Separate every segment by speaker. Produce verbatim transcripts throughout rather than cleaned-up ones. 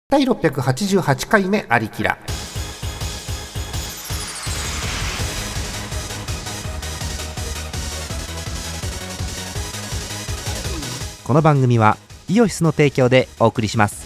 Speaker 1: だいろっぴゃくはちじゅうはちかいめありきら。
Speaker 2: この番組はイオシスの提供でお送りします。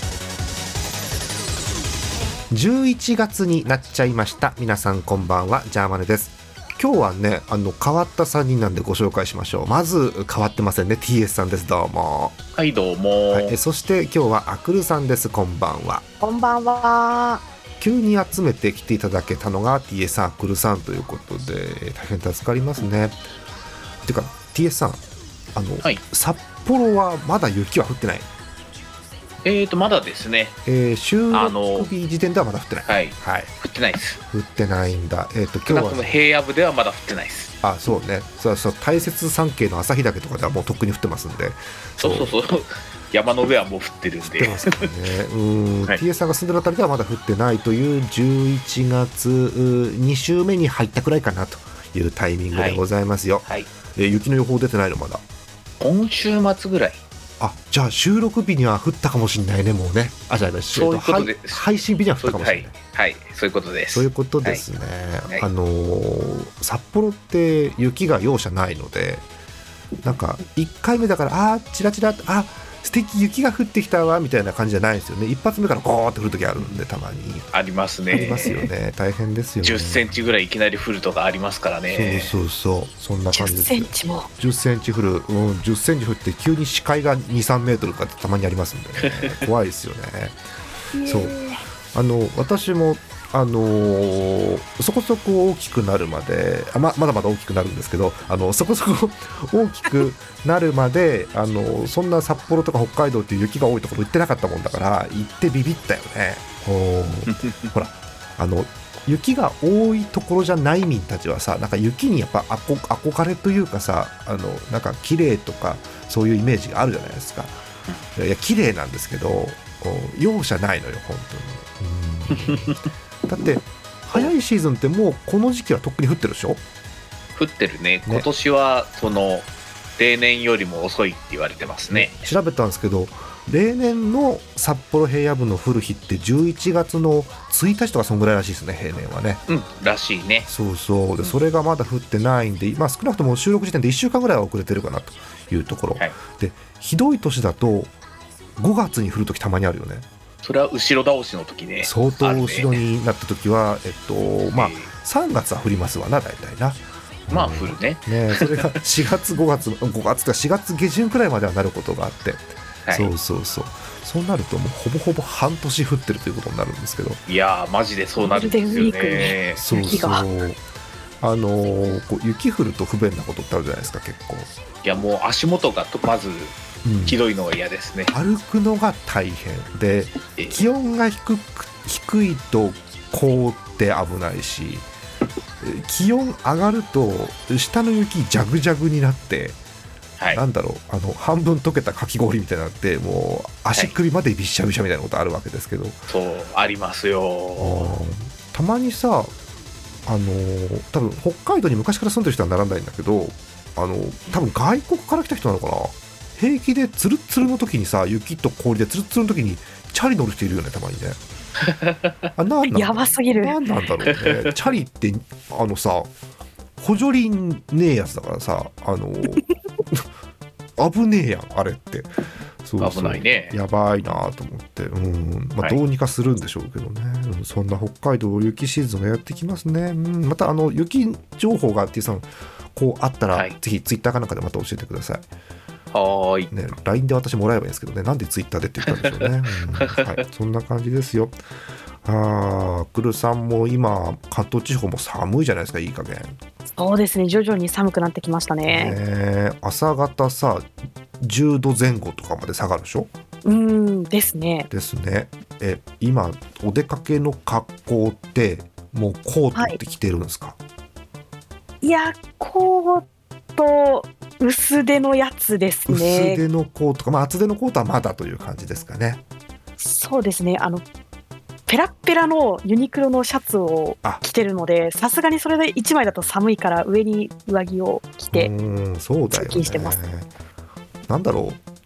Speaker 1: じゅういちがつになっちゃいました。皆さんこんばんは、ジャーマネです。今日はね、あの変わったさんにんなんでご紹介しましょう。まず変わってませんね、 ティーエス さんです。どうも。
Speaker 3: はい、どうも、
Speaker 1: はい、えそして今日はアクルさんです。こんばんは。
Speaker 4: こんばんは。
Speaker 1: 急に集めてきていただけたのが ティーエス さん、アクルさんということで大変助かりますね。てか ティーエス さん、あの、はい、札幌はまだ雪は降ってない？
Speaker 3: えーとまだですね、
Speaker 1: えー、収録日時点ではまだ降ってない。
Speaker 3: はい、はい、降ってないです。
Speaker 1: 降ってないんだ。えーと今日は、ね、
Speaker 3: 平野部ではまだ降ってないです。あ、
Speaker 1: そうね。そうそう、大雪山系の旭岳とかではもうとっくに降ってますんで。
Speaker 3: そうそうそう、山の上はもう降ってるんで。降ってますからね。
Speaker 1: うん、はい、ティーエス さんが住んでるあたりではまだ降ってないというじゅういちがつに週目に入ったくらいかなというタイミングでございますよ。はいはい、えー、雪の予報出てないのまだ？
Speaker 3: 今週末ぐらい。
Speaker 1: あ、じゃあ収録日には降ったかもしれないね、もうね。あ、じゃあ
Speaker 3: そういうことです。
Speaker 1: 配信日には降ったかもしれない。
Speaker 3: はい、はい、そういうことです。
Speaker 1: そういうことですね。はい、あのー、札幌って雪が容赦ないので、なんかいっかいめだからあーチラチラってあ素敵雪が降ってきたわみたいな感じじゃないんですよね。一発目からゴーって降るときあるんで、たまに
Speaker 3: ありますね。
Speaker 1: ありますよね。大変ですよね。
Speaker 3: じゅっセンチぐらいいきなり降るとかありますからね。
Speaker 1: そうそうそう、そんな感じですよ。
Speaker 4: じゅっセンチも
Speaker 1: じゅっセンチ降る、うん、じゅっセンチ降って急に視界がに、さんメートルとかってたまにありますんでね怖いですよね。そう、あの私もあのー、そこそこ大きくなるまであ ま, まだまだ大きくなるんですけど、あのそこそこ大きくなるまであのそんな札幌とか北海道っていう雪が多いところ行ってなかったもんだから行ってビビったよね。ほら、あの雪が多いところじゃない民たちはさ、なんか雪にやっぱ憧れというかさ、あのなんか綺麗とかそういうイメージがあるじゃないですか。いや綺麗なんですけど容赦ないのよ本当に。うんだって早いシーズンってもうこの時期はとっくに降ってるでしょ。
Speaker 3: 降ってるね。今年はその例年よりも遅いって言われてますね。
Speaker 1: 調べたんですけど、例年の札幌平野部の降る日ってじゅういちがつのついたちとかそんぐらいらしいですね、平年はね。
Speaker 3: うん、らしいね。
Speaker 1: そうそうで、それがまだ降ってないんで、まあ、少なくとも収録時点でいっしゅうかんぐらいは遅れてるかなというところ、はい、でひどい年だとごがつに降るときたまにあるよね。
Speaker 3: それは後ろ倒しの時ね。
Speaker 1: 相当後ろになった時は、えっとまあさんがつは降りますわな、大体な。
Speaker 3: まあ降るね。
Speaker 1: ね、それがしがつごがつごがつかしがつ下旬くらいまではなることがあって、はい、そうそうそう、そうなるともうほぼほぼ半年降ってるということになるんですけど。
Speaker 3: いやーマジでそうなるんですよね。
Speaker 1: そうそう、あのー、こう雪降ると不便なことってあるじゃないですか、結構。
Speaker 3: いやもう足元がまずひどいのは嫌ですね。
Speaker 1: うん、歩くのが大変で、気温が低く低いと凍って危ないし、気温上がると下の雪ジャグジャグになって、はい、なんだろう、あの半分溶けたかき氷みたいになって、もう足首までびっしゃびしゃみたいなことあるわけですけど、はい、
Speaker 3: そうありますよ。
Speaker 1: たまにさ、あのー、多分北海道に昔から住んでる人はならないんだけど、あの多分外国から来た人なのかな、平気でツルツルの時にさ、雪と氷でツルツルの時にチャリ乗る人いるよね、たまにね。あ、なんなん
Speaker 4: やばすぎる。
Speaker 1: なんなんだろうね。チャリってあのさ、補助輪ねえやつだからさ、あの危ねえやんあれって。そうそう、危ないね。やばいなと思って、うん、まあ、どうにかするんでしょうけどね、はい、うん、そんな北海道雪シーズンがやってきますね。うん、またあの雪情報が T さんこうあったら、はい、ぜひツイッターかなんかでまた教えてください。
Speaker 3: はーい、
Speaker 1: ね、ライン で私もらえばいいんですけどね、なんでツイッターでって言ったんでしょうね。うん、はい、そんな感じですよ。あ、クルさんも今関東地方も寒いじゃないですか、いい加減。
Speaker 4: そうですね、徐々に寒くなってきましたね。
Speaker 1: ね、朝方さじゅうどぜん後とかまで下がるでしょ。
Speaker 4: うんですね。
Speaker 1: ですね。え今お出かけの格好ってもうコートって着てるんですか？はい、
Speaker 4: いやコート薄手のやつですね。
Speaker 1: 薄手のコートか、まあ、厚手のコートはまだという感じですかね。
Speaker 4: そうですね、あのペラッペラのユニクロのシャツを着てるので、さすがにそれでいちまいだと寒いから上に上着を着て通勤してます。
Speaker 1: なんだろう、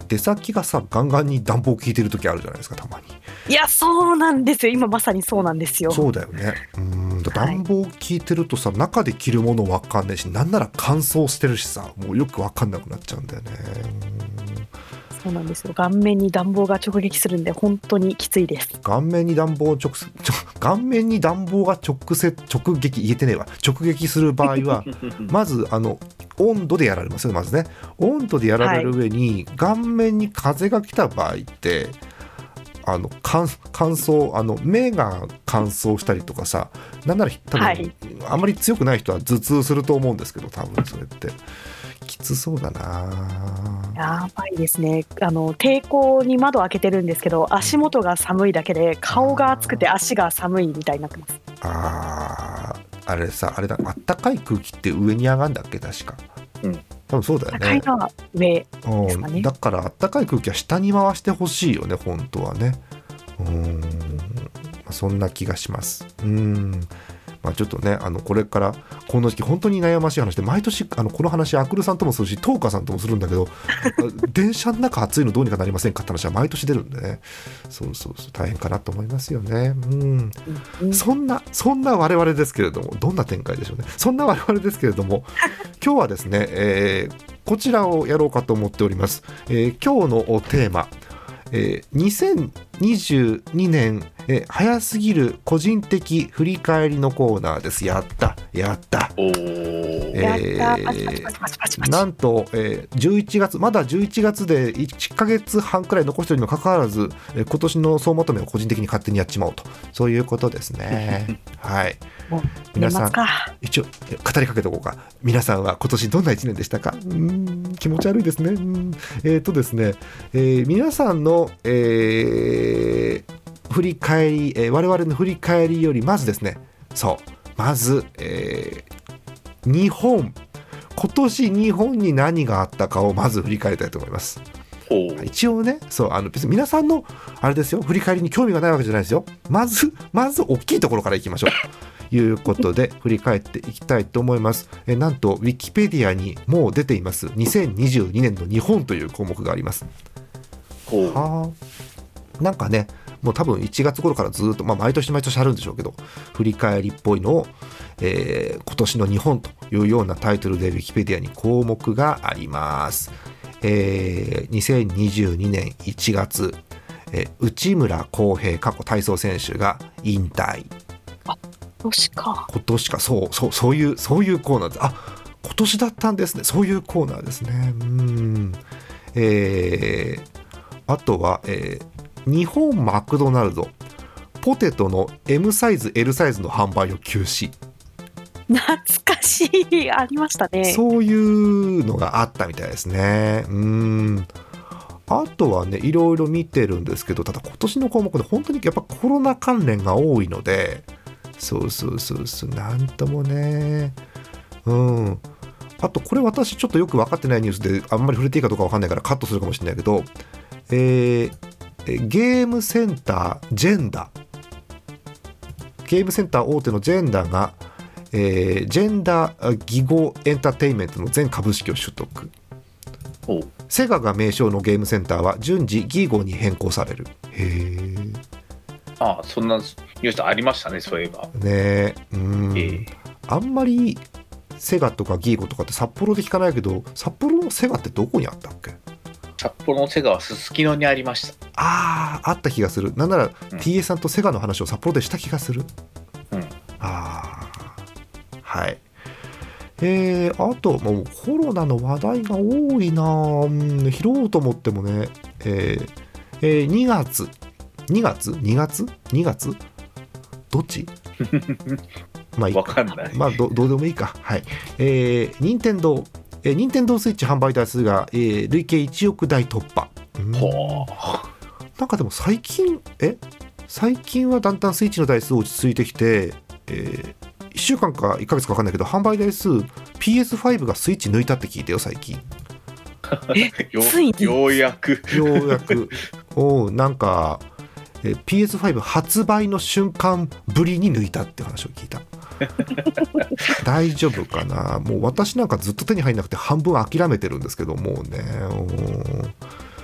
Speaker 1: 出先がさガンガンに暖房効いてる時あるじゃないですか、たまに。
Speaker 4: いやそうなんですよ、今まさにそうなんですよ。
Speaker 1: そうだよね。うん、暖房効いてるとさ、中で着るもの分かんないし、なんなら乾燥してるしさ、もうよく分かんなくなっちゃうんだよね。
Speaker 4: そうなんですよ、顔面に暖房が直撃するんで本当にきついです。
Speaker 1: 顔面に暖房直顔面に暖房が直接直撃言えてねえわ直撃する場合はまずあの温度でやられますよ。まずね温度でやられる上に、はい、顔面に風が来た場合ってあの 乾, 乾燥あの目が乾燥したりとかさ、なんなら多分、はい、あんまり強くない人は頭痛すると思うんですけど、多分それってきつそうだな。
Speaker 4: やばいですね。あの抵抗に窓開けてるんですけど、足元が寒いだけで顔が熱くて足が寒いみたいになってます。
Speaker 1: ああ、あれさ、あれだ、あったかい空気って上に上がるんだっけ確か。うん、多分そうだよね。
Speaker 4: 高いのは上ですかね。
Speaker 1: だからあったかい空気は下に回してほしいよね、本当はね。うーん、そんな気がします。うーん。まあ、ちょっとね、あのこれからこの時期本当に悩ましい話で、毎年あのこの話アクルさんともするしトーカさんともするんだけど電車の中暑いのどうにかなりませんかって話は毎年出るんでね、そうそうそう大変かなと思いますよね。うん、うん、そんなそんな我々ですけれども、どんな展開でしょうね。そんな我々ですけれども今日はですね、えー、こちらをやろうかと思っております。えー、今日のテーマ、えー、にせんにじゅうにねん、えー、早すぎる個人的振り返りのコーナーです。やったやったおー、えー、なんと、えー、じゅういちがつ、まだじゅういちがつでいっかげつはんくらい残しているにもかかわらず、えー、今年の総まとめを個人的に勝手にやっちまおうと、そういうことですねはい、皆さん一応語りかけておこうか。皆さんは今年どんないちねんでしたか。うーん、気持ち悪いですね。うーん、えーとですね、えー、皆さんの、えー振り返り、えー、我々の振り返りよりまずですね、そうまず、えー、日本今年日本に何があったかをまず振り返りたいと思います。一応ね、そうあの別に皆さんのあれですよ、振り返りに興味がないわけじゃないですよ。まずまず大きいところからいきましょうということで振り返っていきたいと思います。えなんとウィキペディアにもう出ていますにせんにじゅうにねんの日本という項目があります。はあ、なんかねもう多分いちがつ頃からずっと、まあ、毎年毎年あるんでしょうけど、振り返りっぽいのを、えー、今年の日本というようなタイトルでウィキペディアに項目があります。えー、にせんにじゅうにねんいちがつ、えー、内村航平過去体操選手が引退。
Speaker 4: あ、今年か
Speaker 1: 今年か、そうそうそういうそういうコーナーで、あ、今年だったんですね。そういうコーナーですね。うん、えー、あとは、えー日本マクドナルドポテトの エム サイズ エル サイズの販売を休止。
Speaker 4: 懐かしい、ありましたね。
Speaker 1: そういうのがあったみたいですね。うーん、あとはねいろいろ見てるんですけど、ただ今年の項目で本当にやっぱコロナ関連が多いので、そうそうそうそうなんともね。うん、あとこれ私ちょっとよく分かってないニュースであんまり触れていいかどうか分かんないからカットするかもしれないけど、えーゲームセンタージェンダゲームセンター大手のジェンダが、えー、ジェンダーギゴエンターテインメントの全株式を取得。セガが名称のゲームセンターは順次ギゴに変更される。へー、
Speaker 3: ああ、そんなニュースありましたね、そういえば
Speaker 1: ね。うん、えー、あんまりセガとかギゴとかって札幌で聞かないけど、札幌のセガってどこにあったっけ。
Speaker 3: 札幌のセガはすすきのにありました。
Speaker 1: ああ、あった気がする。なんなら、うん、ティーエー さんとセガの話を札幌でした気がする。うん、ああ、はい。えー、あともうコロナの話題が多いな、うん、拾おうと思ってもね、えーえー、にがつにがつにがつにがつどっちまあいいか、
Speaker 3: 分かんない、
Speaker 1: まあ ど, どうでもいいか。はい。えー、任天堂えー、任天堂スイッチ販売台数が、えー、累計いちおくだい突破。うん、なんかでも最近え最近はだんだんスイッチの台数落ち着いてきて、えー、いっしゅうかんかいっかげつか分かんないけど販売台数 ピーエスファイブ がスイッチ抜いたって聞いてよ最近。
Speaker 4: え
Speaker 3: よ, ようやく
Speaker 1: ようやくおなんか、えー、ピーエスファイブ 発売の瞬間ぶりに抜いたって話を聞いた。大丈夫かな。もう私なんかずっと手に入んなくて半分諦めてるんですけどもうね。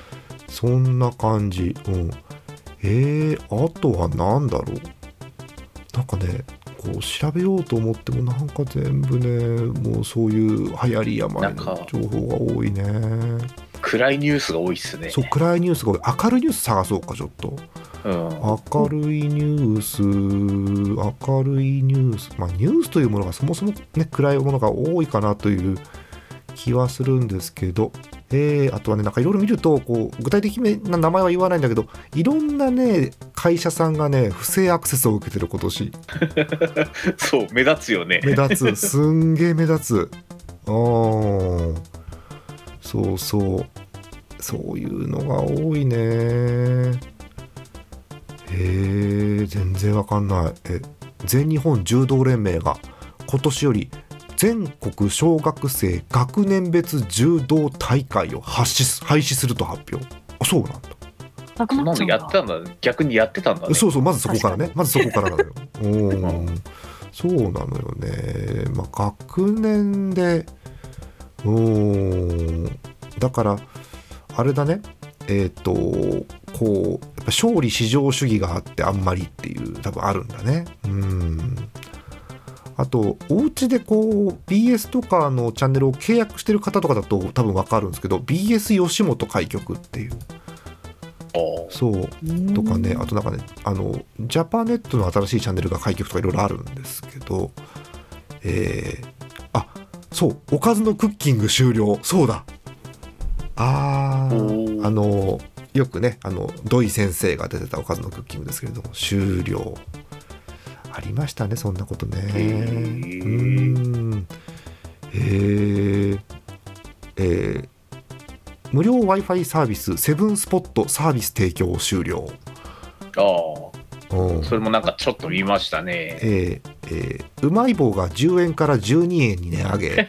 Speaker 1: そんな感じ。うんえー、あとは何だろう。なんかねこう調べようと思ってもなんか全部ねもうそういう流行り病の情報が多いね。
Speaker 3: 暗いニュースが多いっすね。
Speaker 1: そう暗いニュースが多い。明るいニュース探そうかちょっと、
Speaker 3: うん、
Speaker 1: 明るいニュース明るいニュースまあニュースというものがそもそもね暗いものが多いかなという気はするんですけど、えー、あとはねなんかいろいろ見るとこう具体的な名前は言わないんだけどいろんなね会社さんがね不正アクセスを受けてる今年
Speaker 3: そう目立つよね。
Speaker 1: 目立つすんげー目立つ。あーそうそうそういうのが多いね。へえ全然わかんない。え全日本柔道連盟が今年より全国小学生学年別柔道大会を廃止廃止すると発表。あそうなんだ。
Speaker 4: なく
Speaker 3: そんなの
Speaker 4: なっちゃうんだ
Speaker 3: やってたんだ。逆にやってたんだね。
Speaker 1: そうそうまずそこからね
Speaker 4: 確
Speaker 1: まずそこからなのよおーそうなのよね。まあ学年でうーんだからあれだねえっ、ー、とこうやっぱ勝利至上主義があってあんまりっていう多分あるんだね。うんあとお家でこう ビーエス とかのチャンネルを契約してる方とかだと多分分かるんですけど ビーエス 吉本開局っていうそうとかねあとなんかねあのジャパネットの新しいチャンネルが開局とかいろいろあるんですけどえー、あそうおかずのクッキング終了。そうだあーあのよくねあの土井先生が出てたおかずのクッキングですけれども終了ありましたねそんなことね。うーんえー、えー、無料 Wi-Fi サービスセブンスポットサービス提供終了。
Speaker 3: ああそれもなんかちょっと見ましたね。
Speaker 1: えーえー、うまい棒がじゅうえんからじゅうにえんに値上げ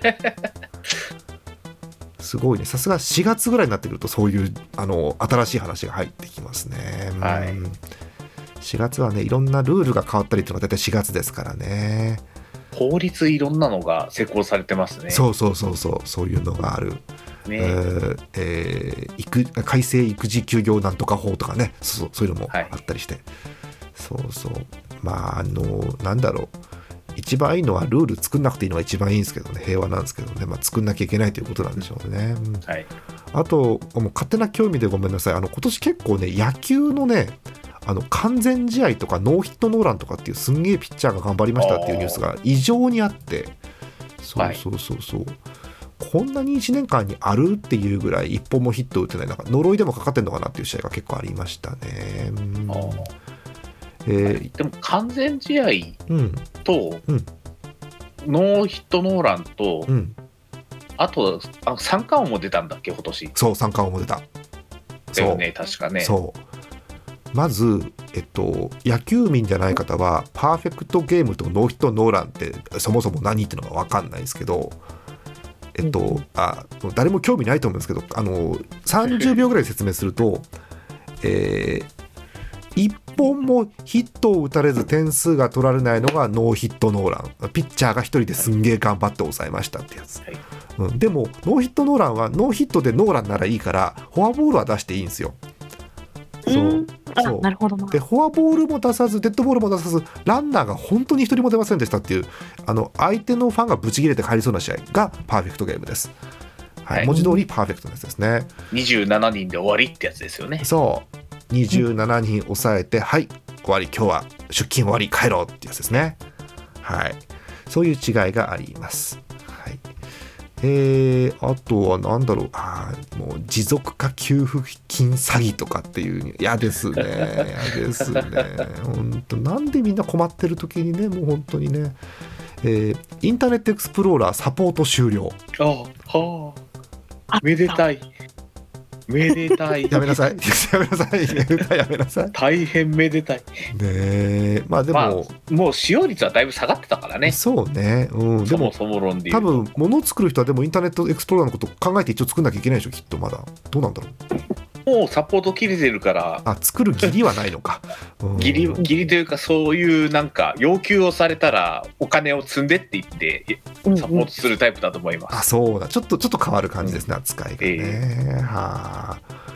Speaker 1: すごいね。さすがしがつぐらいになってくるとそういうあの新しい話が入ってきますね。
Speaker 3: はい、
Speaker 1: しがつはねいろんなルールが変わったりというのが大体しがつですからね。
Speaker 3: 法律いろんなのが施行されてますね。
Speaker 1: そうそうそうそうそういうのがある、ねえーえー、育改正育児休業なんとか法とかねそうそういうのもあったりして、はい、そうそうまああのなんだろう一番いいのはルール作んなくていいのが一番いいんですけどね平和なんですけどね、まあ、作んなきゃいけないということなんでしょうね、うん
Speaker 3: はい、
Speaker 1: あともう勝手な興味でごめんなさいあの今年結構ね野球のねあの完全試合とかノーヒットノーランとかっていうすんげえピッチャーが頑張りましたっていうニュースが異常にあってそうそうそうそう、はい、こんなにいちねんかんにあるっていうぐらい一本もヒット打てないなんか呪いでもかかってんのかなっていう試合が結構ありましたね。うんえー、
Speaker 3: でも完全試合と、
Speaker 1: うんうん、
Speaker 3: ノーヒットノーランと、
Speaker 1: うん、
Speaker 3: あとあ三冠王も出たんだっけ今年。
Speaker 1: そう三冠王も出た
Speaker 3: だよね確かね。
Speaker 1: そうまず、えっと、野球民じゃない方はパーフェクトゲームとノーヒットノーランってそもそも何っていうのが分かんないですけど、えっと、あ誰も興味ないと思うんですけどあのさんじゅうびょうぐらい説明すると、えー、いっぽんもヒットを打たれず点数が取られないのがノーヒットノーラン。ピッチャーが一人ですんげー頑張って抑えましたってやつ、はいうん、でもノーヒットノーランはノーヒットでノーランならいいからフォアボールは出していいんですよ。そうそう
Speaker 4: なるほどな。
Speaker 1: でフォアボールも出さずデッドボールも出さずランナーが本当に一人も出ませんでしたっていうあの相手のファンがブチ切れて帰りそうな試合がパーフェクトゲームです、はいはい、文字通りパーフェクトなやつですね。
Speaker 3: にじゅうななにんで終わりってやつですよね。
Speaker 1: そうにじゅうななにん抑えて、うん、はい終わり今日は出勤終わり帰ろうってやつですね。はいそういう違いがあります。はいえー、あとは何だろうあもう持続化給付金詐欺とかっていう嫌ですね嫌ですね本当なんでみんな困ってる時にねもう本当にね、えー、インターネットエクスプローラーサポート終了。
Speaker 3: あはあめでたいめでたい
Speaker 1: やめなさいやめなさいやめなさい
Speaker 3: 大変めでたいね
Speaker 1: えまあでも、ま
Speaker 3: あ、もう使用率はだいぶ下がってたからね。
Speaker 1: そうね、うん、でも
Speaker 3: そもそも論で言うと
Speaker 1: 多分物を作る人はでもインターネットエクスプローラーのこと考えて一応作んなきゃいけないでしょきっと。まだどうなんだろう
Speaker 3: もうサポート切れてるから
Speaker 1: あ作る義理はないのか、
Speaker 3: うん、義理義理というかそういうなんか要求をされたらお金を積んでって言ってサポートするタイプだと思います、
Speaker 1: うんうん、あそうだちょっとちょっと変わる感じですね、うん、扱いがね、えー、はあ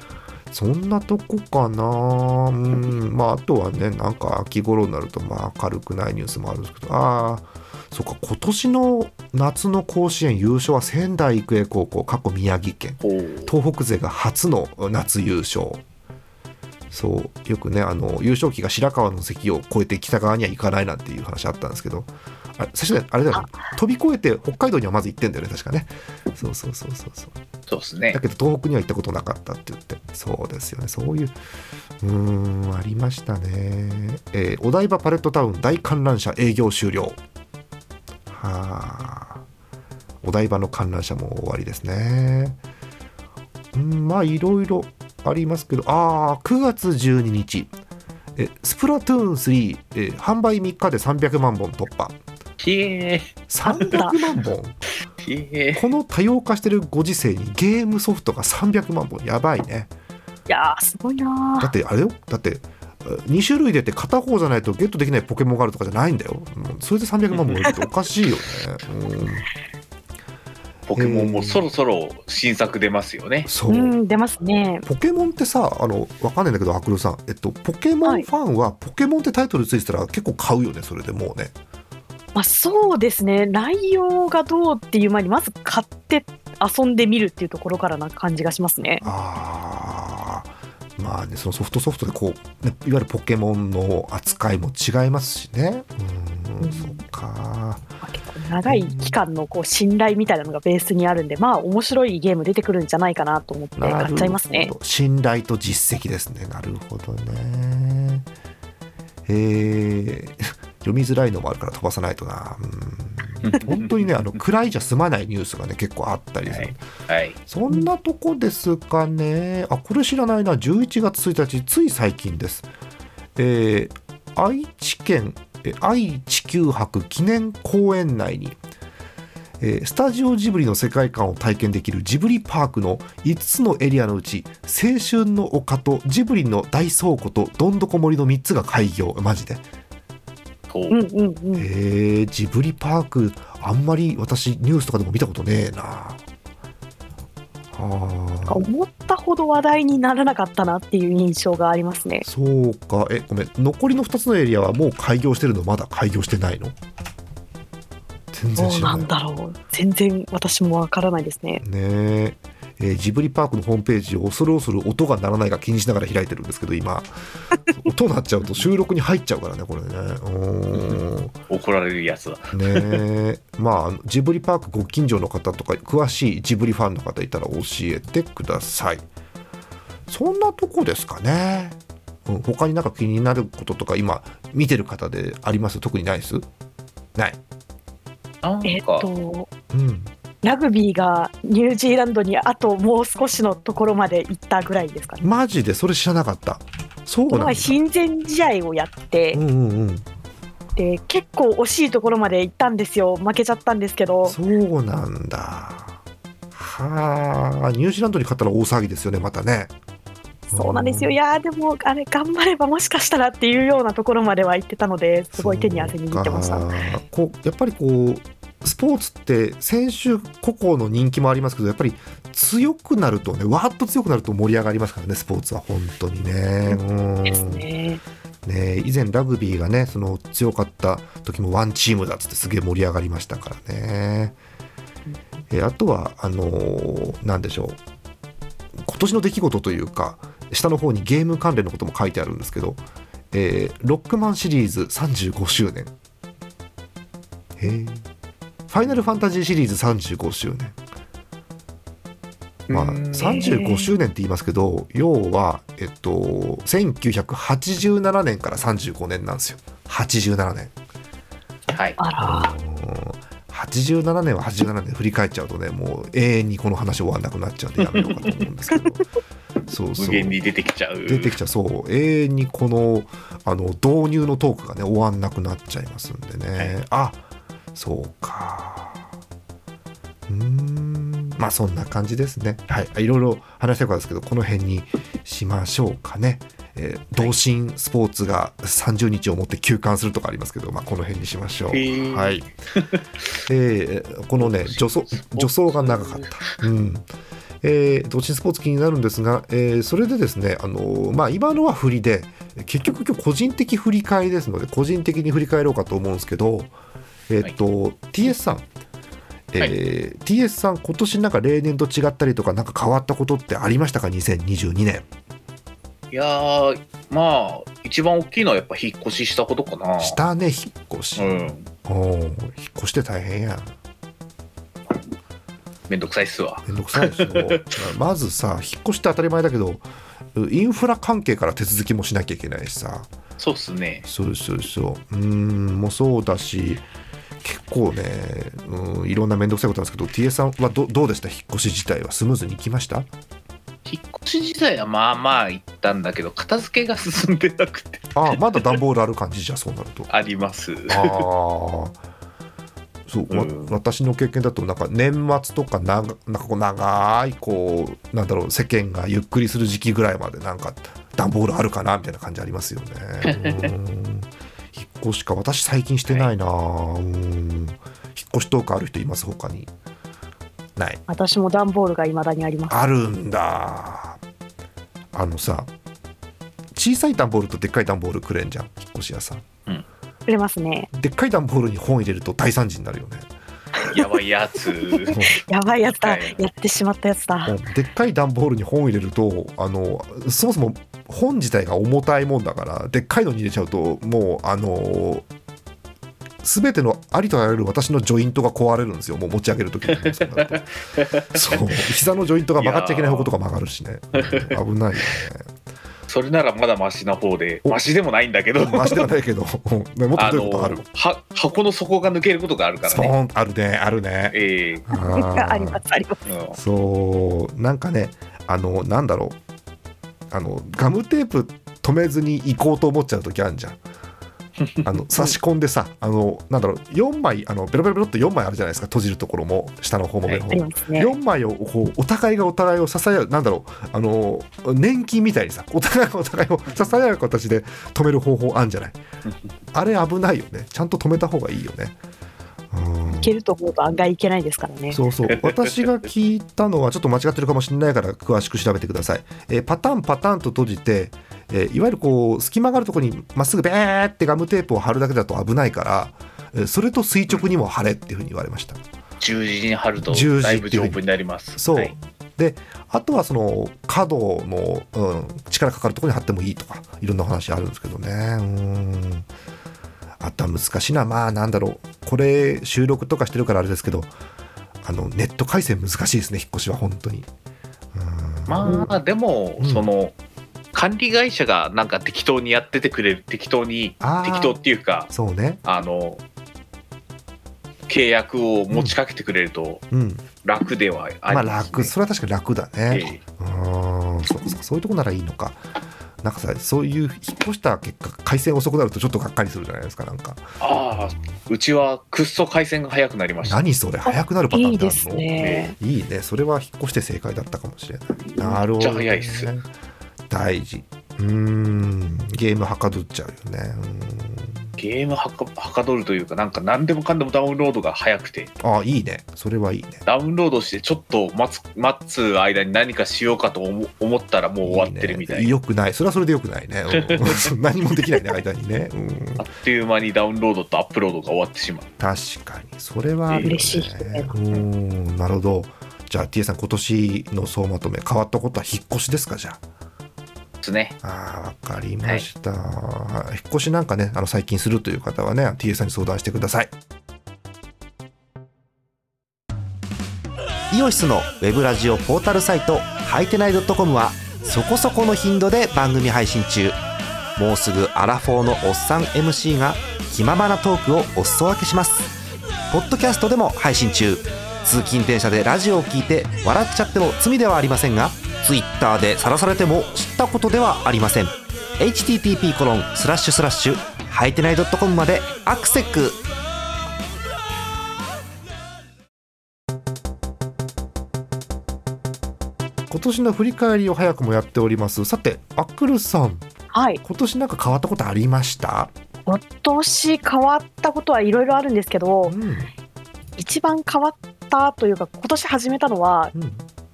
Speaker 1: そんなとこかな。うん、まああとはね、なんか秋頃になるとまあ軽くないニュースもあるんですけど、ああそうか、今年の夏の甲子園優勝は仙台育英高校、過去宮城県、東北勢が初の夏優勝。そうよくね、あの優勝旗が白河の関を越えて北側には行かないなんていう話あったんですけど、あ最初あれだよね、飛び越えて北海道にはまず行ってんだよね確かね。そうそうそうそうそう。
Speaker 3: そうですね。
Speaker 1: だけど東北には行ったことなかったって言って、そうですよね、そういううーんありましたね。えー、お台場パレットタウン大観覧車営業終了。はあ、お台場の観覧車も終わりですね。うん、まあいろいろありますけど、ああくがつじゅうににち、えスプラトゥーンスリー、えー、販売みっかでさんびゃくまんぼん突破。
Speaker 3: ひえ
Speaker 1: さんびゃくまんぼん
Speaker 3: ひえ
Speaker 1: この多様化してるご時世にゲームソフトがさんびゃくまんぼん、やばいね。
Speaker 4: いやーすごいな。
Speaker 1: だってあれよ、だってに種類出て片方じゃないとゲットできないポケモンがあるとかじゃないんだよ。それでさんびゃくまんぼん売るっておかしいよね。うん、
Speaker 3: ポケモンもそろそろ新作出ますよね。
Speaker 1: そう、
Speaker 4: うん出ますね。
Speaker 1: ポケモンってさ、あのわかんないんだけどアクルさん、えっとポケモンファンはポケモンってタイトルついてたら結構買うよね。それでもうね。
Speaker 4: まあ、そうですね、内容がどうっていう前にまず買って遊んでみるっていうところからな感じがしますね。
Speaker 1: あー、まあね、そのソフトソフトでこう、ね、いわゆるポケモンの扱いも違いますしね。うん、うん、そっか。
Speaker 4: まあ、結構長い期間のこう信頼みたいなのがベースにあるんで、まあ面白いゲーム出てくるんじゃないかなと思って買っちゃいますね。
Speaker 1: 信頼と実績ですね。なるほどね。えー読みづらいのもあるから飛ばさないとな。うん、本当にね、あの暗いじゃ済まないニュースがね結構あったりする、
Speaker 3: はいはい、
Speaker 1: そんなとこですかね。あ、これ知らないな。じゅういちがつついたち、つい最近です。えー、愛知県え愛・地球博記念公園内に、えー、スタジオジブリの世界観を体験できるジブリパークのいつつのエリアのうち、青春の丘とジブリの大倉庫とどんどこ森のみっつが開業。マジで。
Speaker 4: うんうんうん、
Speaker 1: えー、ジブリパークあんまり私ニュースとかでも見たことねえな。あ、
Speaker 4: 思ったほど話題にならなかったなっていう印象がありますね。
Speaker 1: そうか。え、ごめん、残りのふたつのエリアはもう開業してるの？まだ開業してないの？全然知らない。
Speaker 4: どうなんだろう、全然私もわからないですね。
Speaker 1: ねええー、ジブリパークのホームページを恐る恐る音が鳴らないか気にしながら開いてるんですけど、今音鳴っちゃうと収録に入っちゃうからね、これね。うん、
Speaker 3: 怒られるやつだ
Speaker 1: ね。まあジブリパークご近所の方とか詳しいジブリファンの方いたら教えてください。そんなとこですかね。うん、他になんか気になることとか今見てる方であります？特にないです？ない。
Speaker 4: えっと、
Speaker 1: うん、
Speaker 4: ラグビーがニュージーランドにあともう少しのところまで行ったぐらいですかね。
Speaker 1: マジでそれ知らなかった。そうなんだ。
Speaker 4: 親善試合をやって、
Speaker 1: うんうんうん、
Speaker 4: で結構惜しいところまで行ったんですよ。負けちゃったんですけど。
Speaker 1: そうなんだ。はあ、ニュージーランドに勝ったら大騒ぎですよね、またね。
Speaker 4: そうなんですよ。いやでもあれ頑張ればもしかしたらっていうようなところまでは行ってたので、すごい手に汗握ってました。
Speaker 1: こうやっぱりこうスポーツって選手個々の人気もありますけど、やっぱり強くなるとね、わーっと強くなると盛り上がりますからね、スポーツは本当にね。うん
Speaker 4: ですね。
Speaker 1: ね、以前ラグビーがねその強かった時もワンチームだっつってすげえ盛り上がりましたからね。えあとはあのー、なんでしょう、今年の出来事というか下の方にゲーム関連のことも書いてあるんですけど、えー、ロックマンシリーズさんじゅうごしゅうねん、へーファイナルファンタジーシリーズさんじゅうごしゅうねん、まあ、さんじゅうごしゅうねんって言いますけど、要は、えっと、せんきゅうひゃくはちじゅうななねんからさんじゅうごねんなんですよ。はちじゅうななねん、
Speaker 3: はい、
Speaker 4: あら
Speaker 1: はちじゅうななねんははちじゅうななねん振り返っちゃうとね、もう永遠にこの話終わんなくなっちゃうんでやめようかと思うんですけどそうそう、
Speaker 3: 無限に出てきちゃう
Speaker 1: 出てきちゃう。そう永遠にこの、あの導入のトークがね終わんなくなっちゃいますんでね、はい、あ、そうか、うーん、まあそんな感じですね。はい、いろいろ話したいことですけどこの辺にしましょうかね。えー、同心スポーツがさんじゅうにちをもって休館するとかありますけど、まあ、この辺にしましょう。はい、えー、このね助走助走が長かった、うんえー、どっちスポーツ気になるんですが、えー、それでですね、あのーまあ、今のは振りで、結局今日個人的振り返りですので個人的に振り返ろうかと思うんですけど、えーっとはい、ティーエス さん、えーはい、ティーエス さん今年なんか例年と違ったりとかなんか変わったことってありましたか？にせんにじゅうにねん。
Speaker 3: いやー、まあ一番大きいのはやっぱ引っ越ししたことかな。
Speaker 1: したね、引っ越し、うん、お引っ越して大変やん。
Speaker 3: めんどくさいっすわ。
Speaker 1: めんどくさいでしょまずさ、引っ越しって当たり前だけどインフラ関係から手続きもしなきゃいけないしさ。
Speaker 3: そうっすね。
Speaker 1: そうそうそう、うーんもうそうだし結構ね、うん、いろんなめんどくさいことなんですけど、 ティーエス さんは ど, どうでした？引っ越し自体はスムーズにいきました？
Speaker 3: 引っ越し自体はまあまあ行ったんだけど片付けが進んでなくて
Speaker 1: ああまだ段ボールある感じじゃ。そうなると
Speaker 3: あります。
Speaker 1: ああそう、うん、私の経験だとなんか年末とかななんかこう長いこうなんだろう世間がゆっくりする時期ぐらいまでなんか段ボールあるかなみたいな感じありますよね。うん引っ越しか私最近してないな、はい、うん引っ越しトークある人います？他にない？
Speaker 4: 私も段ボールが未だにあります。
Speaker 1: あるんだ。あのさ小さい段ボールとでっかい段ボールくれんじゃん引っ越し屋さん、
Speaker 4: うん、くれますね。
Speaker 1: でっかい段ボールに本入れると大惨事になるよね。
Speaker 3: やばいやつ
Speaker 4: やばいやつだ、やってしまったやつだ。
Speaker 1: でっかい段ボールに本入れるとあのそもそも本自体が重たいもんだからでっかいのに入れちゃうともうあの全てのありとあらゆる私のジョイントが壊れるんですよ。もう持ち上げるときにそう膝のジョイントが曲がっちゃいけない方向とか曲がるしね、うん、危ないよね。
Speaker 3: それならまだマシな方で、マシでもないんだけど
Speaker 1: マシではないけどもっとどういうことある？
Speaker 3: は箱の底が抜けることがあるからね。
Speaker 1: スポーンあるねあるね、
Speaker 4: えー、あありますあります、
Speaker 1: うん、そうなんかねあのなんだろうあのガムテープ止めずに行こうと思っちゃうときあるじゃん。あの差し込んでさあのなんだろうよんまいあのベロベロベロってよんまいあるじゃないですか。閉じるところも下の方も上の方も、はいね、よんまいをこうお互いがお互いを支え合うなんだろうあの年金みたいにさお互いがお互いを支え合う形で止める方法あるんじゃない？あれ危ないよね。ちゃんと止めた方がいいよね。
Speaker 4: いけると思うと案外いけないですからね。
Speaker 1: そうそう私が聞いたのはちょっと間違ってるかもしれないから詳しく調べてください。えー、パターンパターンと閉じて、えー、いわゆるこう隙間があるところにまっすぐベーってガムテープを貼るだけだと危ないから、えー、それと垂直にも貼れっていうふうに言われました。
Speaker 3: 十字に貼るとだいぶ丈夫になります。
Speaker 1: そう、
Speaker 3: はい、
Speaker 1: であとはその角の、うん、力かかるところに貼ってもいいとかいろんな話あるんですけどね。うんあとは難しいな。まあなんだろうこれ収録とかしてるからあれですけどあのネット回線難しいですね引っ越しは本当に。
Speaker 3: うんまあでも、うん、その管理会社がなんか適当にやっててくれる適当に適当っていうか
Speaker 1: そうね
Speaker 3: あの契約を持ちかけてくれると楽ではありますね。
Speaker 1: まあ楽それは確かに楽だね、えー、うんそうそうそういうとこならいいのか。なんかさそういう引っ越した結果回線遅くなるとちょっとがっかりするじゃないですか。なんか
Speaker 3: ああうちはくっそ回線が早くなりました。
Speaker 1: 何それ早くなるパターンってあるの？いいです
Speaker 4: ね。
Speaker 1: いいねそれは引っ越して正解だったかもしれない。なるほど、ね、
Speaker 3: めっちゃ早いっす。
Speaker 1: 大事。うーんゲームはかどっちゃうよね。うん
Speaker 3: ゲームはか、はかどるというかなんか何でもかんでもダウンロードが早くて
Speaker 1: ああいいねそれはいいね。
Speaker 3: ダウンロードしてちょっと待つ待つ間に何かしようかと思ったらもう終わってるみたいな。いいね、
Speaker 1: よくないそれはそれでよくないね、うん、何もできないね間にね、うん、
Speaker 3: あっという間にダウンロードとアップロードが終わってしまう。
Speaker 1: 確かにそれはあるよね。
Speaker 4: 嬉しいね。
Speaker 1: うんなるほど。じゃあ ティーエー さん今年の総まとめ変わったことは引っ越しですか？じゃあ
Speaker 3: ですね。
Speaker 1: あわかりました、はい、引っ越しなんかねあの最近するという方はね ティーエー さんに相談してください。
Speaker 2: イオシスのウェブラジオポータルサイトはいてない .com はそこそこの頻度で番組配信中。もうすぐアラフォーのおっさん エムシー が気ままなトークをお裾分けします。ポッドキャストでも配信中。通勤電車でラジオを聞いて笑っちゃっても罪ではありませんがツイッターで晒されても知ったことではありません。 エイチティーティーピーコロンスラッシュスラッシュはいてない .com までアクセック。
Speaker 1: 今年の振り返りを早くもやっております。さてアックルさん、
Speaker 4: はい、
Speaker 1: 今年なんか変わったことありました？
Speaker 4: 今年変わったことはいろいろあるんですけど、うん、一番変わったというか今年始めたのは、うん、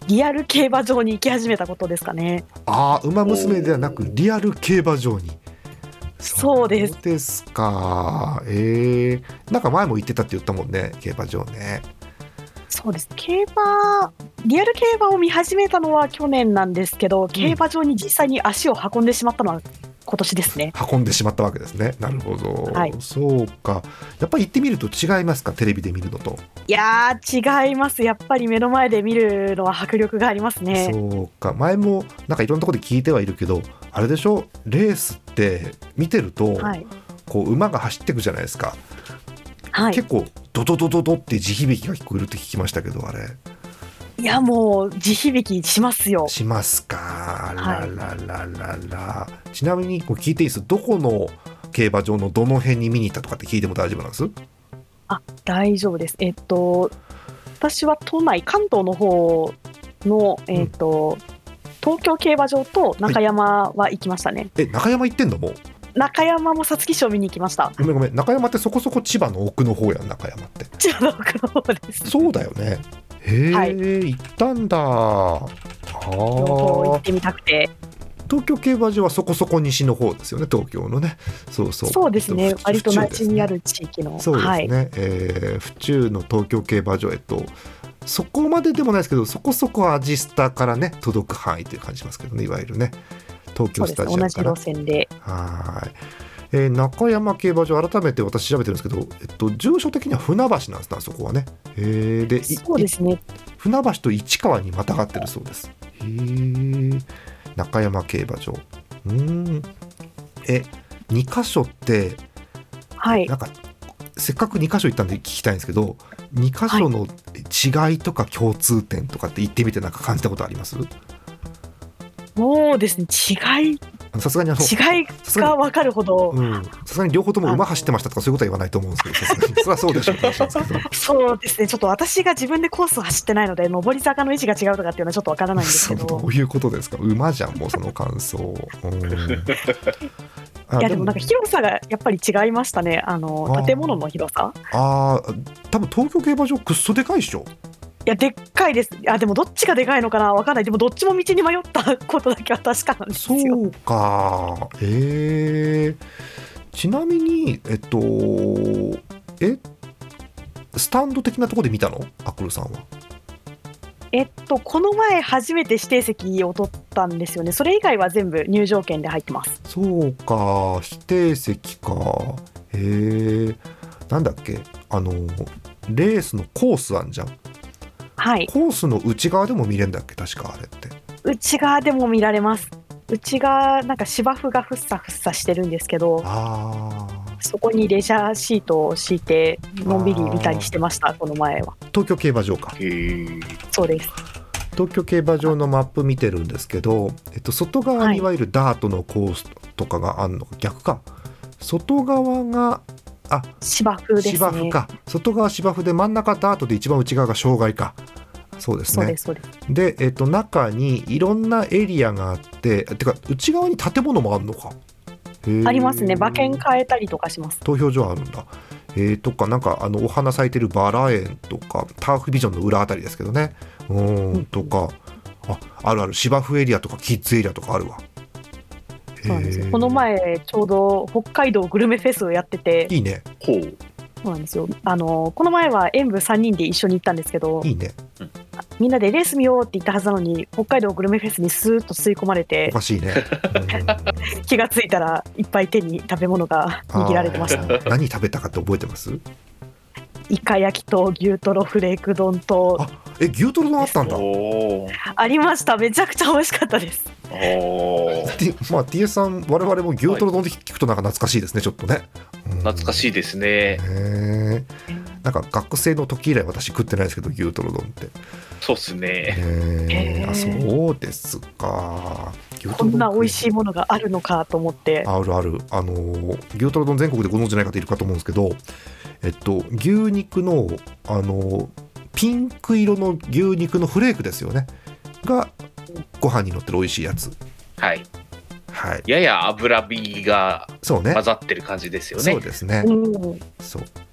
Speaker 4: リアル競馬場に行き始めたことですかね。
Speaker 1: ああ、馬娘ではなくリアル競馬場に。
Speaker 4: そうです。
Speaker 1: そうですか。えー、なんか前も言ってたって言ったもんね、競馬場ね。
Speaker 4: そうです。競馬リアル競馬を見始めたのは去年なんですけど、競馬場に実際に足を運んでしまったのは今年ですね。
Speaker 1: 運んでしまったわけですね。なるほど、
Speaker 4: はい、
Speaker 1: そうか。やっぱり行ってみると違いますか、テレビで見るのと。
Speaker 4: いやー違います。やっぱり目の前で見るのは迫力がありますね。
Speaker 1: そうか。前もなんかいろんなところで聞いてはいるけど、あれでしょ、レースって見てると、はい、こう馬が走っていくじゃないですか、はい、結構ドドドドドって地響きが聞こえるって聞きましたけど、あれ。
Speaker 4: いやもう地響きしますよ。
Speaker 1: しますか。ららららら、はい、ちなみにこう聞いていいです？どこの競馬場のどの辺に見に行ったとかって聞いても大丈夫なんです？
Speaker 4: あ、大丈夫です。えっと私は都内関東の方の、えっと、うん、東京競馬場と中山は行きましたね。
Speaker 1: はい、え、中山行ってんの？もう
Speaker 4: 中山も皐月賞見に行きました。
Speaker 1: ごめんごめん、中山ってそこそこ千葉の奥の方やん。中山って
Speaker 4: 千葉の奥の方です。
Speaker 1: そうだよね。へえ、はい、行ったんだ。あ、
Speaker 4: 行ってみたくて。
Speaker 1: 東京競馬場はそこそこ西の方ですよね、東京のね。そうそう、
Speaker 4: そうですね、割と内地にある地域の。
Speaker 1: そうですね、はい、えー、府中の東京競馬場へとそこまででもないですけど、そこそこアジスタからね届く範囲という感じしますけどね、いわゆるね東京スタジアムから。
Speaker 4: そうですね、同じ路線で。
Speaker 1: はい、えー、中山競馬場、改めて私調べてるんですけど、えっと、住所的には船橋なんですね、そこはね。えー、で
Speaker 4: そうですね、
Speaker 1: 船橋と市川にまたがってるそうです。へー、中山競馬場。うーん、え、にか所って、はい、なんかせっかくにか所行ったんで聞きたいんですけど、にか所の違いとか共通点とかって行ってみてなんか感じたことあります？
Speaker 4: そうですね、違い
Speaker 1: さすがにあの
Speaker 4: 違いが分かるほど、
Speaker 1: さすがに両方とも馬走ってましたとかそういうことは言わないと思うんですけど、さすがにそれはそうでしょうか。
Speaker 4: そうですね、ちょっと私が自分でコースを走ってないので上り坂の位置が違うとかっていうのはちょっと分からないんですけど。
Speaker 1: どういうことですか？馬じゃん、もうその感想。うん
Speaker 4: いやでもなんか広さがやっぱり違いましたね。あの建物の広さ。
Speaker 1: ああ、多分東京競馬場くっそでかいっしょ。
Speaker 4: いやでっかいです。あ、でもどっちがでかいのかな分かんない。でもどっちも道に迷ったことだけは確かなんですよ。
Speaker 1: そうか。えー、ちなみにえっとえスタンド的なところで見たの？アクルさんは。
Speaker 4: えっとこの前初めて指定席を取ったんですよね。それ以外は全部入場券で入ってます。
Speaker 1: そうか、指定席か。へえ、なんだっけ、あのレースのコースあんじゃん。
Speaker 4: はい、
Speaker 1: コースの内側でも見れるんだっけ、確かあれって。
Speaker 4: 内側でも見られます。内側なんか芝生がふっさふっさしてるんですけど、あ、そこにレジャーシートを敷いてのんびり見たりしてました。この前は
Speaker 1: 東京競馬場か。
Speaker 3: へ、
Speaker 4: そうです。
Speaker 1: 東京競馬場のマップ見てるんですけど、えっと、外側にいわゆるダートのコースとかがあるの、はい、逆か。外側があ
Speaker 4: 芝生ですね。
Speaker 1: 芝生か。外側芝生で真ん中ダートで一番内側が障害か。そうですね。
Speaker 4: そうですそうです。
Speaker 1: で、えっと、中にいろんなエリアがあって、てか内側に建物もあるのか。
Speaker 4: ありますね。馬券買えたりとかします。
Speaker 1: 投票所あるんだ。えー、とかなんかあのお花咲いてるバラ園とかターフビジョンの裏あたりですけどね。うーんとか、あ、あるある芝生エリアとかキッズエリアとかあるわ。
Speaker 4: そうなんですよ。この前ちょうど北海道グルメフェスをやってて。
Speaker 1: いいね。
Speaker 3: ほう。
Speaker 4: そうなんですよ。あのこの前は演舞さんにんで一緒に行ったんですけど、
Speaker 1: いいね、うん、
Speaker 4: みんなでレース見ようって言ったはずなのに北海道グルメフェスにスーッと吸い込まれて、
Speaker 1: おかしいね、
Speaker 4: うん、気がついたらいっぱい手に食べ物が握られてました。
Speaker 1: 何食べたかって覚えてます？
Speaker 4: イカ焼きと牛トロフレーク丼と。
Speaker 1: あ、え、牛トロ丼あったんだ。
Speaker 4: ありました。めちゃくちゃ美味しかったです。
Speaker 3: お
Speaker 1: まあ ティーエス さん、我々も牛トロ丼で聞くとなんか懐かしいですね、はい、ちょっとね、
Speaker 3: うん、懐かしいですね。
Speaker 1: へ、なんか学生の時以来私食ってないですけど、牛トロ丼って。
Speaker 3: そうっすね。
Speaker 1: へ、あ、そうですか。
Speaker 4: こんな美味しいものがあるのかと思って。
Speaker 1: あるある。あの牛トロ丼全国でご存知ない方いるかと思うんですけど、えっと牛肉のあのピンク色の牛肉のフレークですよねがご飯に乗ってる美味しいやつ。
Speaker 3: はい、
Speaker 1: はい、
Speaker 3: やや脂身が
Speaker 1: そうね、
Speaker 3: 混ざってる感じですよね。
Speaker 1: そうですね、
Speaker 4: うん、
Speaker 1: そっか。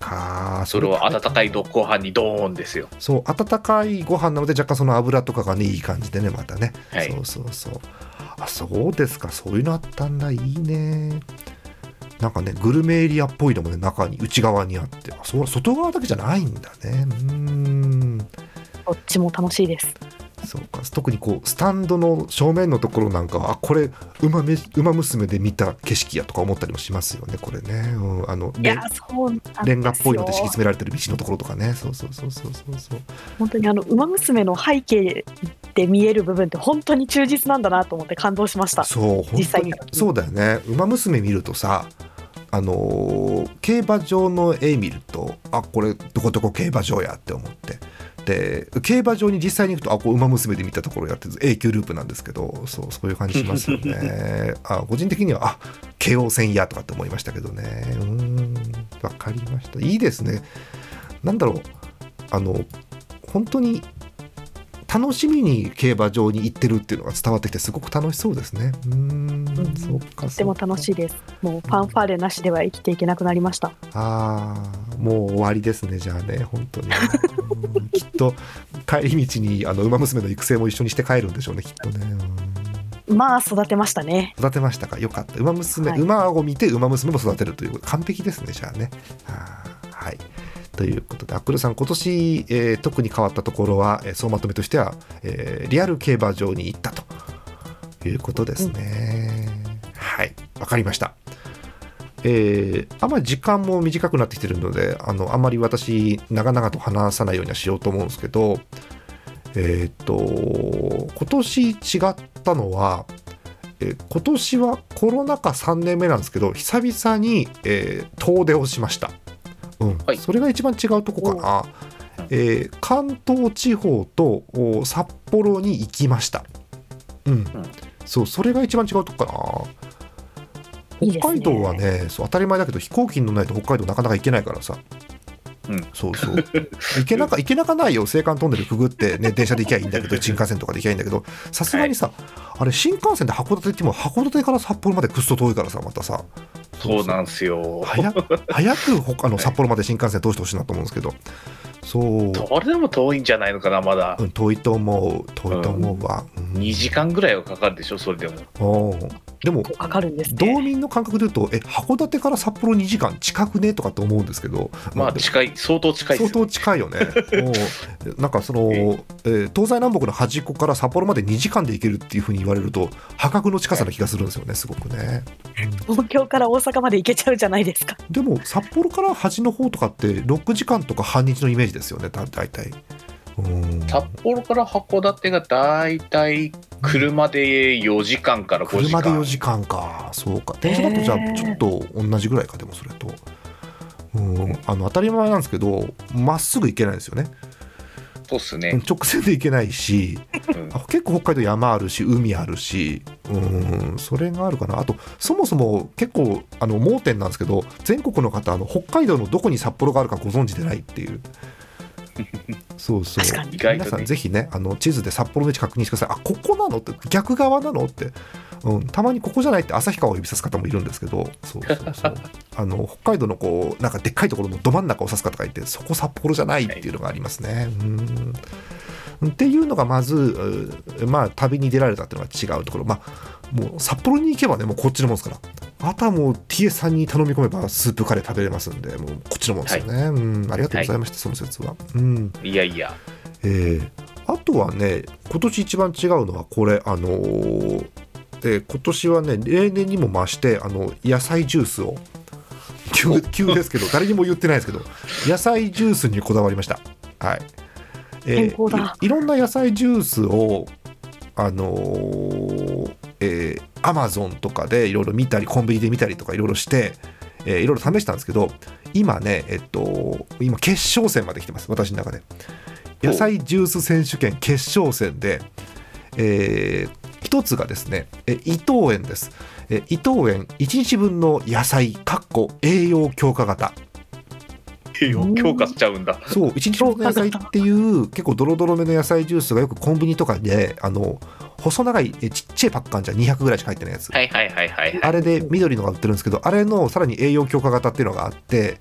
Speaker 1: か。
Speaker 3: それを温かいご飯にドーンですよ。
Speaker 1: そう温かいご飯なので若干その油とかがねいい感じでねまたね、
Speaker 3: はい、
Speaker 1: そうそうそう。あそうですか、そういうのあったんだ、いいね。なんかねグルメエリアっぽいのもね中に内側にあって、あそう外側だけじゃないんだね。うーん
Speaker 4: どっちも楽しいです。
Speaker 1: そうか、特にこうスタンドの正面のところなんかはあこれウマめウマ娘で見た景色やとか思ったりもしますよねこれね、うん、あの
Speaker 4: いやそうなんですよ、
Speaker 1: レンガっぽいので敷き詰められてる道のところとかね、そうそうそうそうそうそう。
Speaker 4: 本当にあのウマ娘の背景で見える部分って本当に忠実なんだなと思って感動しました。
Speaker 1: そう本当にそうだよね。ウマ娘見るとさあのー、競馬場の絵見るとあこれどこどこ競馬場やって思って、で競馬場に実際に行くとあこう馬娘で見たところやって永久ループなんですけど、そうそういう感じしますよねあ個人的にはあ京王線やとかって思いましたけどね。うーんわかりました。いいですね。なんだろうあの本当に楽しみに競馬場に行ってるっていうのが伝わってきてすごく楽しそうですね。うーん、うん、そうか
Speaker 4: とっても楽しいです。もうファンファーレなしでは生きていけなくなりました。
Speaker 1: あーもう終わりですねじゃあね本当にきっと帰り道にあの馬娘の育成も一緒にして帰るんでしょうねきっとね。
Speaker 4: まあ育てましたね。
Speaker 1: 育てましたか、よかった。馬娘、
Speaker 4: はい、
Speaker 1: 馬を見て馬娘も育てるという完璧ですねじゃあね。あはいということでアップルさん今年、えー、特に変わったところは、えー、総まとめとしては、えー、リアル競馬場に行ったということですね、うん、はいわかりました。えー、あんまり時間も短くなってきてるので あのあんまり私長々と話さないようにはしようと思うんですけど、えー、っと今年違ったのは、えー、今年はコロナ禍さんねんめなんですけど久々に、えー、遠出をしました、うんはい、それが一番違うとこかな、えー、関東地方と札幌に行きました、うんうん、そうそれが一番違うとこかな。北海道はね、そう当たり前だけど飛行機に乗らないと北海道なかなか行けないからさ、うん、そうそう行けなか行けなかないよ。青函トンネルくぐって、ね、電車で行きゃいいんだけど新幹線とかで行きゃいいんだけどさすがにさ、はい、あれ新幹線で函館行っても函館から札幌までくっそ遠いからさまたさ
Speaker 3: そうなんですよ。
Speaker 1: 早く早く他の札幌まで新幹線通してほしいなと思うんですけど、そう
Speaker 3: それでも遠いんじゃないのかなまだ、
Speaker 1: うん、遠いと思う遠いと思うわ、うん、
Speaker 3: にじかんぐらいはかかるでしょそれでも。
Speaker 1: おでも
Speaker 4: かかるんです、ね、
Speaker 1: 道民の感覚で言うとえ函館から札幌にじかん近くねとかって思うんですけど、
Speaker 3: まあ近い相当近いですよ、ね、
Speaker 1: 相当近いよねなんかその、えーえー、東西南北の端っこから札幌までにじかんで行けるっていう風に言われると破格の近さな気がするんですよねすごくね、
Speaker 4: うん、東京から大阪まで行けちゃうじゃないですか。
Speaker 1: でも札幌から端の方とかってろくじかんとか半日のイメージですよね大体。うん
Speaker 3: 札幌から函館がだいたい車でよじかんからごじかん、
Speaker 1: 車でよじかんか。そうか電車だとじゃあちょっと同じぐらいか。でもそれとうんあの当たり前なんですけどまっすぐ行けないですよね。
Speaker 3: そうっすね。
Speaker 1: 直線で行けないし、うん、結構北海道山あるし海あるし、うんそれがあるかな。あとそもそも結構あの盲点なんですけど全国の方あの北海道のどこに札幌があるかご存知でないっていうそうそう
Speaker 3: 確かに意外と、ね、
Speaker 1: 皆さんぜひねあの地図で札幌の位置確認してください。あここなのって逆側なのって、うん、たまにここじゃないって旭川を指さす方もいるんですけどそうそうそうあの北海道のこうなんかでっかいところのど真ん中を指す方がいてそこ札幌じゃないっていうのがありますね、はい、うんっていうのがまずまあ旅に出られたっていうのが違うところ。まあもう札幌に行けばねもうこっちのもんですからあとはもう ティーエス さんに頼み込めばスープカレー食べれますんでもうこっちのもんですよね、はい、うんありがとうございました、はい、その説は、うん、
Speaker 3: いやいや、
Speaker 1: えー、あとはね今年一番違うのはこれあのーえー、今年はね例年にも増してあの野菜ジュースを 急, 急ですけど誰にも言ってないですけど野菜ジュースにこだわりました。はい、えー、い, いろんな野菜ジュースをあのーえー、Amazon とかでいろいろ見たりコンビニで見たりとかいろいろしてえー、いろいろ試したんですけど今ねえっと今決勝戦まで来てます私の中で。野菜ジュース選手権決勝戦で、えー、一つがですねえ伊藤園です。え伊藤園いちにちぶんの野菜かっこ栄養強化型
Speaker 3: 栄養強化しちゃうんだ。
Speaker 1: そういちにちぶんの野菜っていう結構ドロドロめの野菜ジュースがよくコンビニとかであの細長いちっちゃいパッカンじゃにひゃくぐらいしか入ってないやつ、
Speaker 3: はいはいはいはい、はい、
Speaker 1: あれで緑のが売ってるんですけどあれのさらに栄養強化型っていうのがあって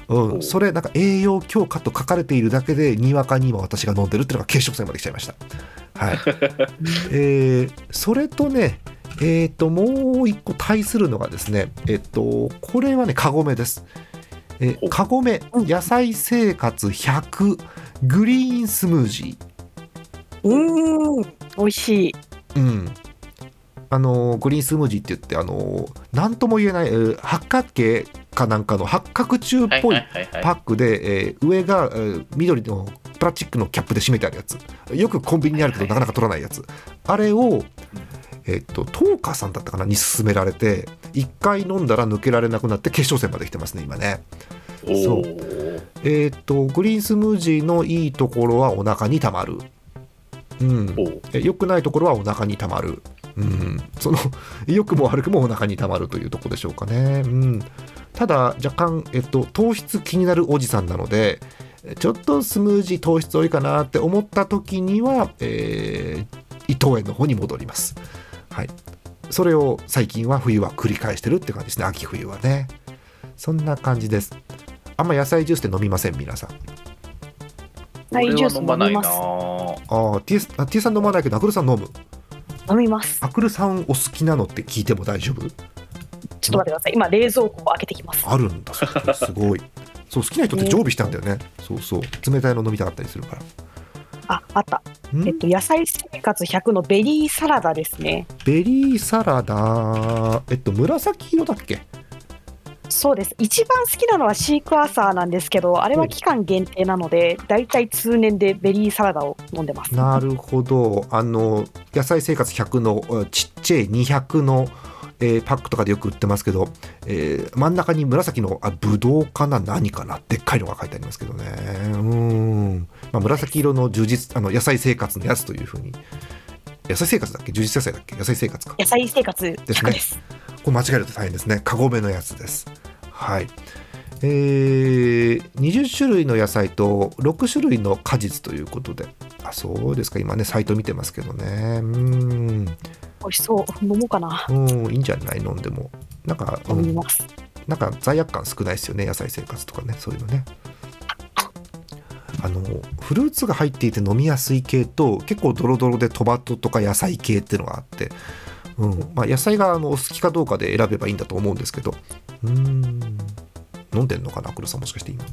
Speaker 1: うん、それなんか栄養強化と書かれているだけでにわかに今私が飲んでるっていうのが決勝戦まで来ちゃいました。はいえー、それとねえー、ともう一個対するのがですね、えっとこれはねカゴメです。えカゴメ野菜生活ひゃくグリーンスムージ
Speaker 4: ー。うーん、美味しい。
Speaker 1: うん。あのグリーンスムージーって言ってあの何とも言えない、えー、八角形かなんかの八角柱っぽいパックで、えー、上が、えー、緑のプラスチックのキャップで締めてあるやつ、よくコンビニにあるけどなかなか取らないやつ、あれをえっと東華さんだったかなに勧められていっかい飲んだら抜けられなくなって決勝戦まで来てますね今ね。そうえっとグリーンスムージーのいいところはお腹にたまる、うん、え良くないところはお腹にたまる、うん、その良くも悪くもお腹にたまるというところでしょうかね、うん、ただ若干、えっと、糖質気になるおじさんなのでちょっとスムージー糖質多いかなって思った時には、えー、伊藤園の方に戻ります。はい、それを最近は冬は繰り返してるって感じですね。秋冬はねそんな感じです。あんま野菜ジュースって飲みません皆さん。
Speaker 3: 俺は飲まないな。
Speaker 4: あ
Speaker 1: あ T, T さん飲まないけどアクルさん飲む？
Speaker 4: 飲みます。
Speaker 1: アクルさんお好きなのって聞いても大丈夫？
Speaker 4: ちょっと待ってください、今冷蔵庫を開けてきます。
Speaker 1: あるんだそれすごいそう好きな人って常備してあるんだよね、えー、そうそう冷たいの飲みたかったりするから。
Speaker 4: あ、あった、えっと、野菜生活ひゃくのベリーサラダですね。
Speaker 1: ベリーサラダ、えっと紫色だっけ？
Speaker 4: そうです。一番好きなのはシークワーサーなんですけど、あれは期間限定なのでだいたい通年でベリーサラダを飲んでます。
Speaker 1: なるほど。あの野菜生活ひゃくのちっちゃいにひゃくの、えー、パックとかでよく売ってますけど、えー、真ん中に紫のあブドウかな何かなでっかいのが書いてありますけどね。うーん、まあ、紫色の充実あの野菜生活のやつというふうに。野菜生活だっけ充実野菜だっけ野菜生活か
Speaker 4: 野菜生活ひゃくです。
Speaker 1: これ間違えると大変ですね。カゴメのやつです。はい、えー、にじゅっしゅるいの野菜とろくしゅるいの果実ということで、あそうですか今ねサイト見てますけどね。うーん
Speaker 4: 美味しそう飲もうかな。
Speaker 1: うんいいんじゃない飲んでもなんか、
Speaker 4: 飲みます、
Speaker 1: うん、なんか罪悪感少ないですよね野菜生活とかねそういうのね。あのフルーツが入っていて飲みやすい系と結構ドロドロでトマトとか野菜系っていうのがあって、うんまあ、野菜があのお好きかどうかで選べばいいんだと思うんですけど、うーん飲んでんのかなアクルさんもしかして今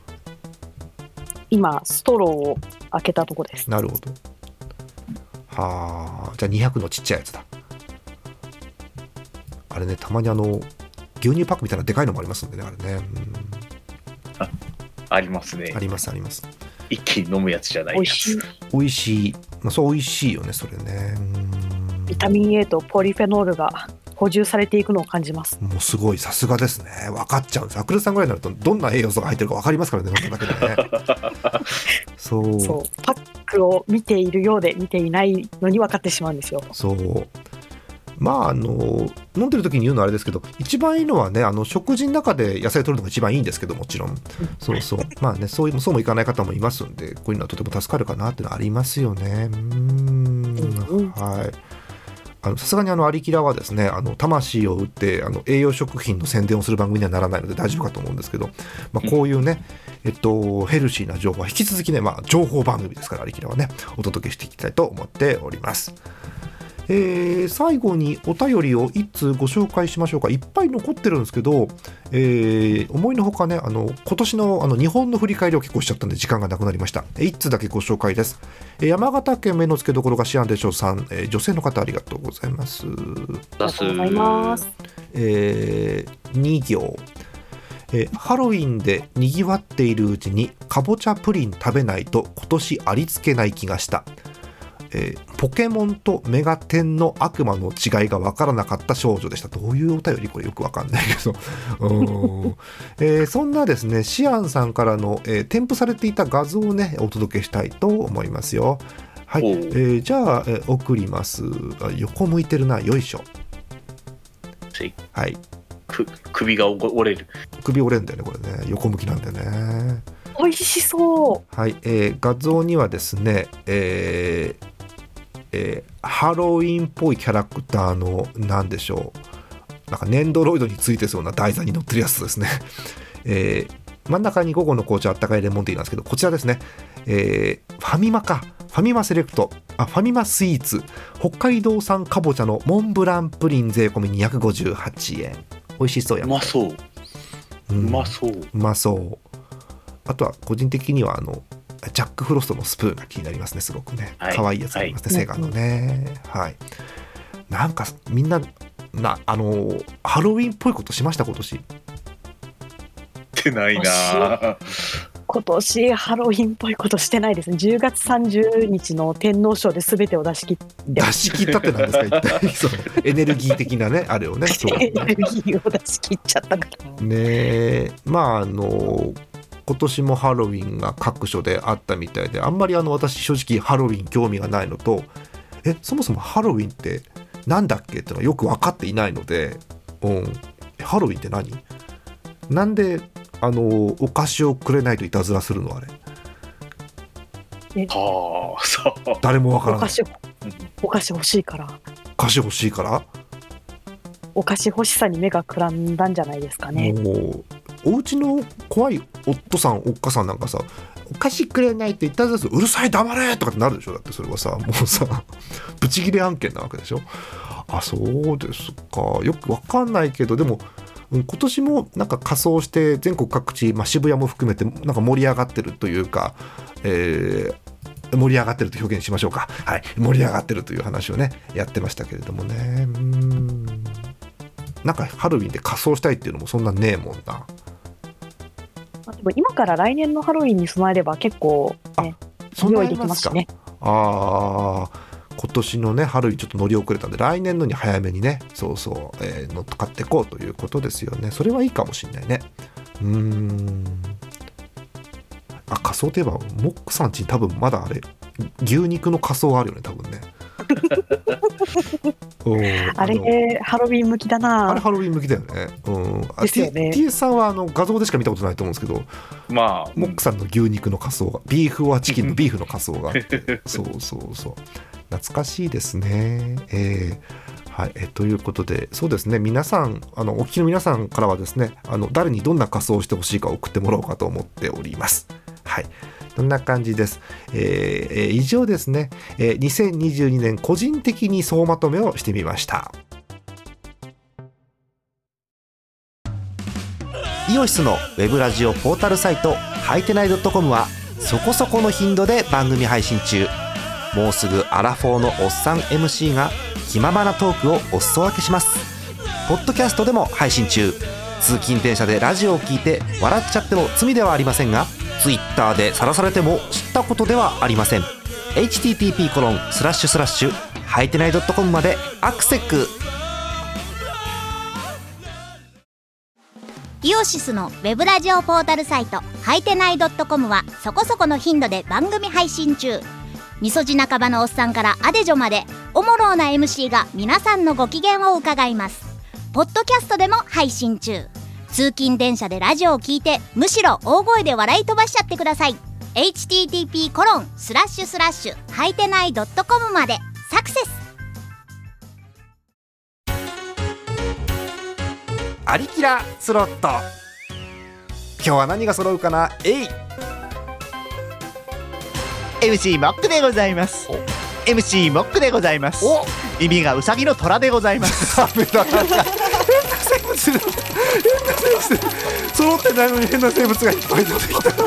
Speaker 4: 今ストローを開けたとこです。
Speaker 1: なるほど。はあじゃあにひゃくのちっちゃいやつだ。あれねたまにあの牛乳パックみたいなでかいのもありますんでねあれね。うん
Speaker 3: あ, ありますね。
Speaker 1: ありますあります。
Speaker 3: 一気に飲むやつじゃないやつ。
Speaker 1: 美味しい、まあ、そう美味しいよねそれね。うん
Speaker 4: ビタミン A とポリフェノールが補充されていくのを感じます。
Speaker 1: もうすごいさすがですね分かっちゃうんです。アクルさんぐらいになるとどんな栄養素が入ってるか分かりますからね飲んだだけでねそう
Speaker 4: そうパックを見ているようで見ていないのに分かってしまうんですよ。
Speaker 1: そうまああの飲んでる時に言うのはあれですけど一番いいのはねあの食事の中で野菜取るのが一番いいんですけどもちろんそうそうまあねそういうそうもいかない方もいますんでこういうのはとても助かるかなっていうのはありますよね。うーん、うん、はいさすがにあのアリキラはですねあの魂を打ってあの栄養食品の宣伝をする番組にはならないので大丈夫かと思うんですけど、まあ、こういうね、えっと、ヘルシーな情報は引き続きね、まあ、情報番組ですからアリキラはねお届けしていきたいと思っております。えー、最後にお便りを一通ご紹介しましょうか。いっぱい残ってるんですけど、えー、思いのほかねあの今年 の, あの日本の振り返りを結構しちゃったんで時間がなくなりました。一通だけご紹介です。山形県目の付けどころがシアンでしょうさん、えー、女性の方ありがとうございます。
Speaker 4: ありがとうございます。
Speaker 1: えー、に行えー、ハロウィンでにぎわっているうちにかぼちゃプリン食べないと今年ありつけない気がした。えー、ポケモンとメガテンの悪魔の違いが分からなかった少女でした。どういうお便りこれよく分かんないけどうーん、えー、そんなですねシアンさんからの、えー、添付されていた画像をねお届けしたいと思いますよ。はい、えー、じゃあ、えー、送ります。あ横向いてるなよいしょ。はい、
Speaker 3: く首が折れる。
Speaker 1: 首折れるんだよねこれね横向きなんだよね。
Speaker 4: 美味しそう。
Speaker 1: はい、えー、画像にはですね、えーえー、ハロウィンっぽいキャラクターの何でしょうなんかネンドロイドについてそうな台座に乗ってるやつですね、えー、 真ん中に午後の紅茶あったかいレモンティーなんですけど、こちらですね、えー、ファミマかファミマセレクトあファミマスイーツ北海道産かぼちゃのモンブランプリン税込みにひゃくごじゅうはちえん。美味しそうや
Speaker 3: うまそう、うまそう
Speaker 1: うまそう。あとは個人的にはあのジャックフロストのスプーンが気になりますね。すごくね、
Speaker 3: はい、
Speaker 1: 可愛いやつありますね、はい、セガのね、はい、なんかみんななあのハロウィンっぽいことしました今年？
Speaker 3: してないな。
Speaker 4: 今年ハロウィンっぽいことしてないですね。じゅうがつさんじゅうにちの天皇賞で全てを出し切って
Speaker 1: 出し切ったってなんですか一体そうエネルギー的なねあれをねそう
Speaker 4: エネルギーを出し切っちゃったから
Speaker 1: ね。まああの今年もハロウィンが各所であったみたいで、あんまりあの私正直ハロウィン興味がないのと、えそもそもハロウィンってなんだっけってのはよく分かっていないので、うん、ハロウィンって何？なんであのお菓子をくれないといたずらするのあれ？
Speaker 3: えはあ、そう
Speaker 1: 誰も分からない。
Speaker 4: お菓子、お菓子欲しいから。
Speaker 1: お菓子欲しいから？
Speaker 4: お菓子欲しさに目がくらんだんじゃないですかね。
Speaker 1: もうお家の怖い夫さんおっかさんなんかさ、お菓子くれないといたずらする、うるさい黙れとかってなるでしょ。だってそれはさもうさブチギレ案件なわけでしょ。あそうですか、よく分かんないけど、でも今年もなんか仮装して全国各地、まあ、渋谷も含めてなんか盛り上がってるというか、えー、盛り上がってると表現しましょうか、はい、盛り上がってるという話をねやってましたけれどもね。うーん、なんかハロウィンで仮装したいっていうのもそんなねえもんな。
Speaker 4: でも今から来年のハロウィンに備えれば結構、ね、用意できますしね。
Speaker 1: ああ今年のね春にちょっと乗り遅れたんで来年のに早めにねそうそう、えー、乗っかっていこうということですよね。それはいいかもしれないね。うーん、あ仮装といえばモックさんちに多分まだあれ牛肉の仮装あるよね多分ね
Speaker 4: あれハロウィン向きだな。
Speaker 1: あれハロウィン向きだよね。うん
Speaker 4: ですよね。
Speaker 1: ティーエス さんはあの画像でしか見たことないと思うんですけど、
Speaker 3: まあ
Speaker 1: モックさんの牛肉の仮装がビーフはチキンのビーフの仮装があってそうそうそう懐かしいですね。えーはい、えということでそうですね、皆さんあのお聞きの皆さんからはですねあの誰にどんな仮装をしてほしいか送ってもらおうかと思っております。はい、こんな感じです。えー、以上ですね、えー、にせんにじゅうにねん個人的に総まとめをしてみました。
Speaker 2: イオシスのウェブラジオポータルサイトはいてない .com はそこそこの頻度で番組配信中。もうすぐアラフォーのおっさん エムシー が気ままなトークをお裾分けします。ポッドキャストでも配信中。通勤電車でラジオを聞いて笑っちゃっても罪ではありませんが、ツイッターで晒されても知ったことではありません。 エイチティーティーピーコロンスラッシュスラッシュはいてない .com までアクセック。
Speaker 5: イオシスのウェブラジオポータルサイトはいてない .com はそこそこの頻度で番組配信中。みそじ半ばのおっさんからアデジョまでおもろうな エムシー が皆さんのご機嫌を伺います。ポッドキャストでも配信中。通勤電車でラジオを聞いてむしろ大声で笑い飛ばしちゃってください。 エイチティーティーピーコロンスラッシュスラッシュはいてない .com までサクセス。
Speaker 2: アリキラスロット、今日は何が揃うかな。えい
Speaker 6: エムシー モックでございます。 エムシー モックでございます。耳がウサギの虎でございます。
Speaker 1: ダメだ変な生物変な生物揃ってないのに変な生物がいっぱい出てきた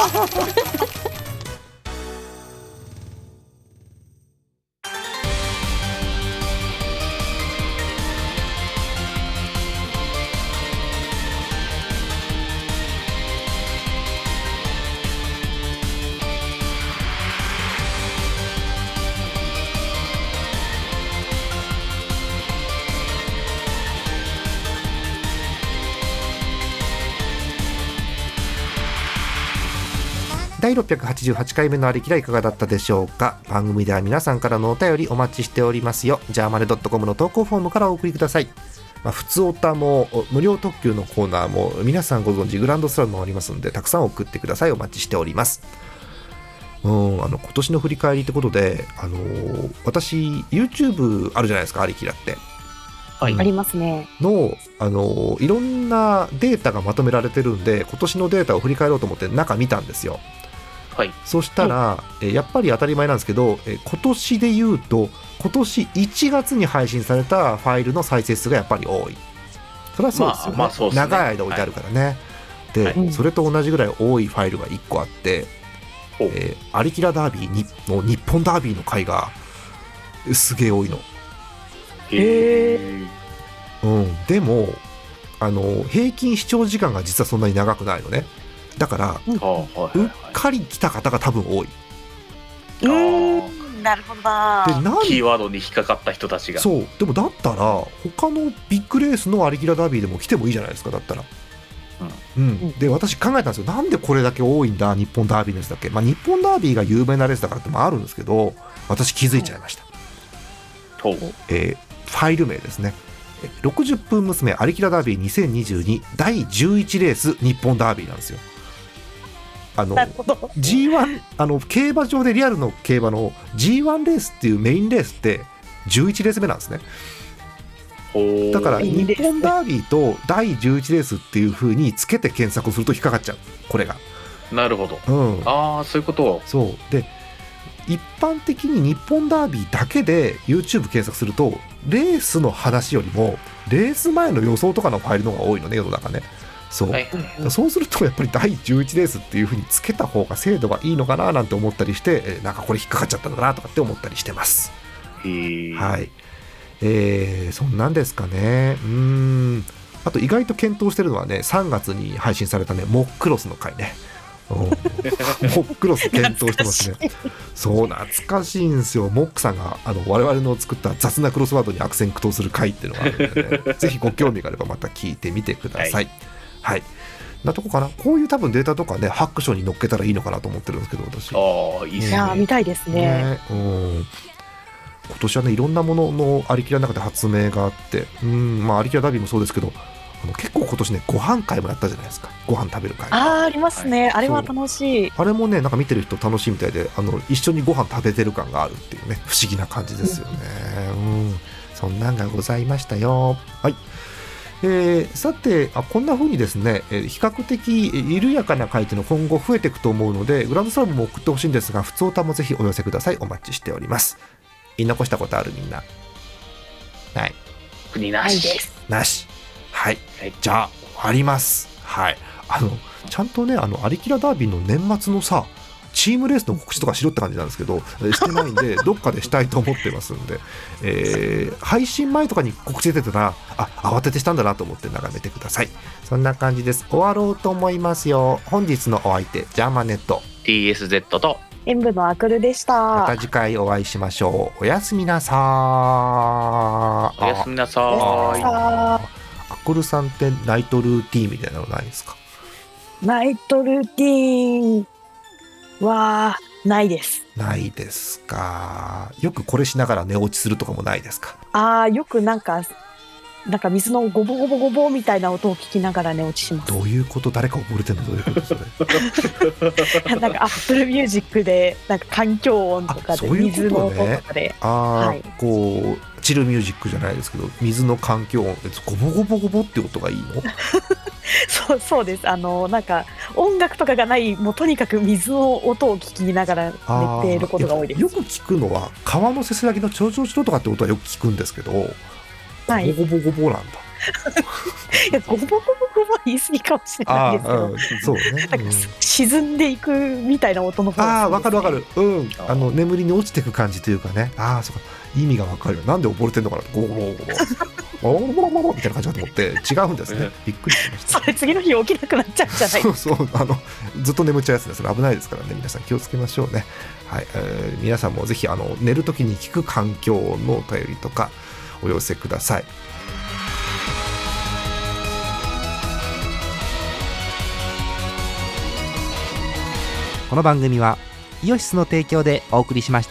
Speaker 1: だいろっぴゃくはちじゅうはちかいめのありきらいかがだったでしょうか。番組では皆さんからのお便りお待ちしておりますよ。ジャーマネ .com の投稿フォームからお送りください。まあ、普通オタも無料特急のコーナーも皆さんご存知グランドスラムもありますのでたくさん送ってください。お待ちしております。うんあの今年の振り返りってことで、あのー、私 YouTube あるじゃないですか、ありきらって。
Speaker 3: はい、
Speaker 4: ありますね
Speaker 1: の、あのいろんなデータがまとめられてるんで、今年のデータを振り返ろうと思って中見たんですよ。
Speaker 3: はい、
Speaker 1: そしたら、はい、えやっぱり当たり前なんですけど、え今年で言うと今年いちがつに配信されたファイルの再生数がやっぱり多い。それはそうですよね、まあまあそうですね、長い間置いてあるからね、はい、で、はい、それと同じぐらい多いファイルがいっこあって、えー、アリキラダービーの日本ダービーの回がすげえ多いの。
Speaker 4: へ
Speaker 1: ー、うん、でもあの平均視聴時間が実はそんなに長くないのね。だから、うん、うっかり来た方が多分多い。
Speaker 4: うーん、なるほどな。
Speaker 3: でなんキーワードに引っかかった人たちが。
Speaker 1: そうでもだったら他のビッグレースのアリキラダービーでも来てもいいじゃないですか。だったら、うんうん、で私考えたんですよ。なんでこれだけ多いんだ日本ダービーのやつだっけ。まあ、日本ダービーが有名なレースだからってもあるんですけど、私気づいちゃいました。
Speaker 3: うん、
Speaker 1: えー、ファイル名ですね。ろくじゅっぷん娘アリキラダービーにせんにじゅうにだいじゅういちレース日本ダービーなんですよ。あの ジーワン あの競馬場でリアルの競馬の ジーワン レースっていうメインレースってじゅういちレース目なんですね。だから日本ダービーとだいじゅういちレースっていう風につけて検索すると引っかかっちゃう、これが。
Speaker 3: なるほど、
Speaker 1: うん、
Speaker 3: ああそういうこと。
Speaker 1: そうで一般的に日本ダービーだけで YouTube 検索するとレースの話よりもレース前の予想とかのファイルの方が多いのね、世の中ね。そう、はいはい、そうするとやっぱりだいじゅういちレースっていう風につけた方が精度がいいのかななんて思ったりして、なんかこれ引っかかっちゃったのかなとかって思ったりしてます。
Speaker 3: へー、
Speaker 1: はい、えー、そんなんですかね。うーん、あと意外と検討してるのはね、さんがつに配信されたねモックロスの回ね。モックロス検討してますね。そう懐かしいんですよ。モックさんがあの我々の作った雑なクロスワードに悪戦苦闘する回っていうのがあるので、ね、ぜひご興味があればまた聞いてみてください。はい、はい、なとこかな。こういう多分データとかねハックションに乗っけたらいいのかなと思ってるんですけど、私。
Speaker 3: ああいいですね。
Speaker 4: いや見たいですね。
Speaker 1: ね、うん、今年はねいろんなもののアリキラの中で発明があって、うん、まあアリキラダービーもそうですけど、あの結構今年ねご飯会もやったじゃないですか。ご飯食べる会。
Speaker 4: ああありますね、はい、あれは楽しい。
Speaker 1: あれもねなんか見てる人楽しいみたいで、あの一緒にご飯食べてる感があるっていうね不思議な感じですよね。うん、そんなんがございましたよ。はい、えー、さてあこんな風にですね、えー、比較的緩やかな回というの今後増えていくと思うので、グランドスラムも送ってほしいんですが、普通歌もぜひお寄せください。お待ちしております。言い残したことある？みんなない？
Speaker 3: 国なしです。
Speaker 1: なし。はい、はい、じゃあ終わります。はい、あのちゃんとねあのアリキラダービーの年末のさチームレースの告知とかしろって感じなんですけど、してないんでどっかでしたいと思ってますんで、えー、配信前とかに告知出てたらあ慌ててしたんだなと思って眺めてください。そんな感じです。終わろうと思いますよ。本日のお相手ジャーマネット
Speaker 3: ティーエスゼット と
Speaker 4: 演舞のアクルでした。
Speaker 1: また次回お会いしましょう。おやすみなさ
Speaker 3: ーい。おやすみなさーい。
Speaker 1: アクルさんってナイトルーティーンみたいなのないですか？
Speaker 4: ナイトルーティーンはないです。
Speaker 1: ないですか。よくこれしながら寝落ちするとかもないですか？
Speaker 4: ああよくなんかなんか水のゴボゴボゴボみたいな音を聞きながら寝落ちします。
Speaker 1: どういうこと？誰か溺れてるの？どういうことそれ？
Speaker 4: なんかアップルミュージックでなんか環境音とかで水の音とかで、
Speaker 1: あ、はい、こうチルミュージックじゃないですけど水の環境音ゴボゴボゴボって音がいいの？
Speaker 4: そうそうです。あのなんか音楽とかがないもうとにかく水の音を聞きながら寝ていることが多いです。
Speaker 1: よく聞くのは川のせせらぎのちょろちょろちょろとかって音はよく聞くんですけど、はい、ゴボゴボゴボなんだ。
Speaker 4: いやゴボゴボゴボは言い過ぎかもしれないですけど、
Speaker 1: うん、そうね、
Speaker 4: なんか沈んでいくみたいな音の方が、ね、あ
Speaker 1: あ分かる分かる、うん、あの眠りに落ちていく感じというかね。ああそうか意味が分かるよ。なんで溺れてんのかなゴボゴボゴボゴボゴボゴボみたいな感じだと思って違うんですね。びっくりしました。
Speaker 4: それ次の日起きなくなっちゃうじゃないですか。
Speaker 1: そうそうあのずっと眠っちゃうやつです。それ危ないですからね。皆さん気をつけましょうね。はい、えー、皆さんもぜひあの寝るときに聞く環境のお便りとかお寄せください。
Speaker 2: この番組はイオシスの提供でお送りしました。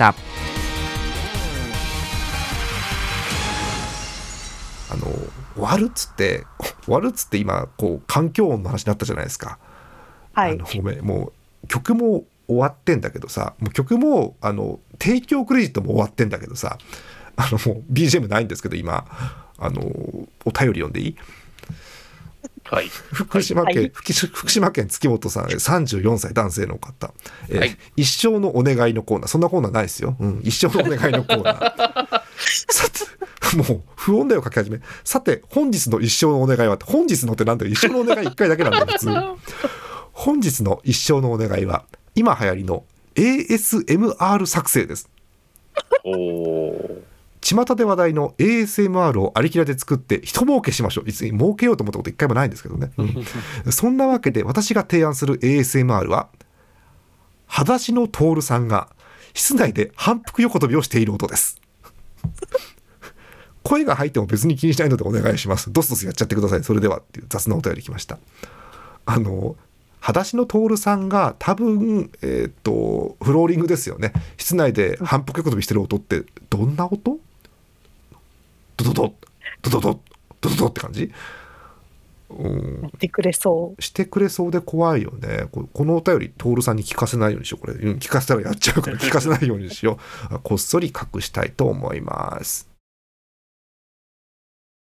Speaker 1: あの終わるっつって終わるっつって今こう環境音の話になったじゃないですか。
Speaker 4: はい、
Speaker 1: あのごめんもう曲も終わってんだけどさ、もう曲もあの提供クレジットも終わってんだけどさ、あのもう ビージーエム ないんですけど今あのお便り読んでいい？
Speaker 3: はい、
Speaker 1: 福島県、
Speaker 4: はい、
Speaker 1: 福島県月本さん、さんじゅうよんさい男性の方、えー
Speaker 3: はい、
Speaker 1: 一生のお願いのコーナー、そんなコーナーないですよ、うん、一生のお願いのコーナーさて、もう不穏だよ書き始め。さて本日の一生のお願いは、本日のってなんだよ、一生のお願いいっかいだけなんだよ普通。本日の一生のお願いは今流行りの エーエスエムアール 作成です。
Speaker 3: おー、
Speaker 1: 巷で話題の エーエスエムアール をありきらで作って人儲けしましょう。別に儲けようと思ったこと一回もないんですけどね、うん、そんなわけで私が提案する エーエスエムアール は裸足の徹さんが室内で反復横跳びをしている音です。声が入っても別に気にしないのでお願いします。ドスドスやっちゃってください。それではっていう雑なお便り来ました。あの裸足の徹さんが多分、えー、とフローリングですよね。室内で反復横跳びしてる音ってどんな音？ドドドドドドドドドって感じ？うん、
Speaker 4: してくれそう
Speaker 1: してくれそうで怖いよね。このお便り徹さんに聞かせないようにしよう。これ、うん、聞かせたらやっちゃうから聞かせないようにしよう。こっそり隠したいと思います。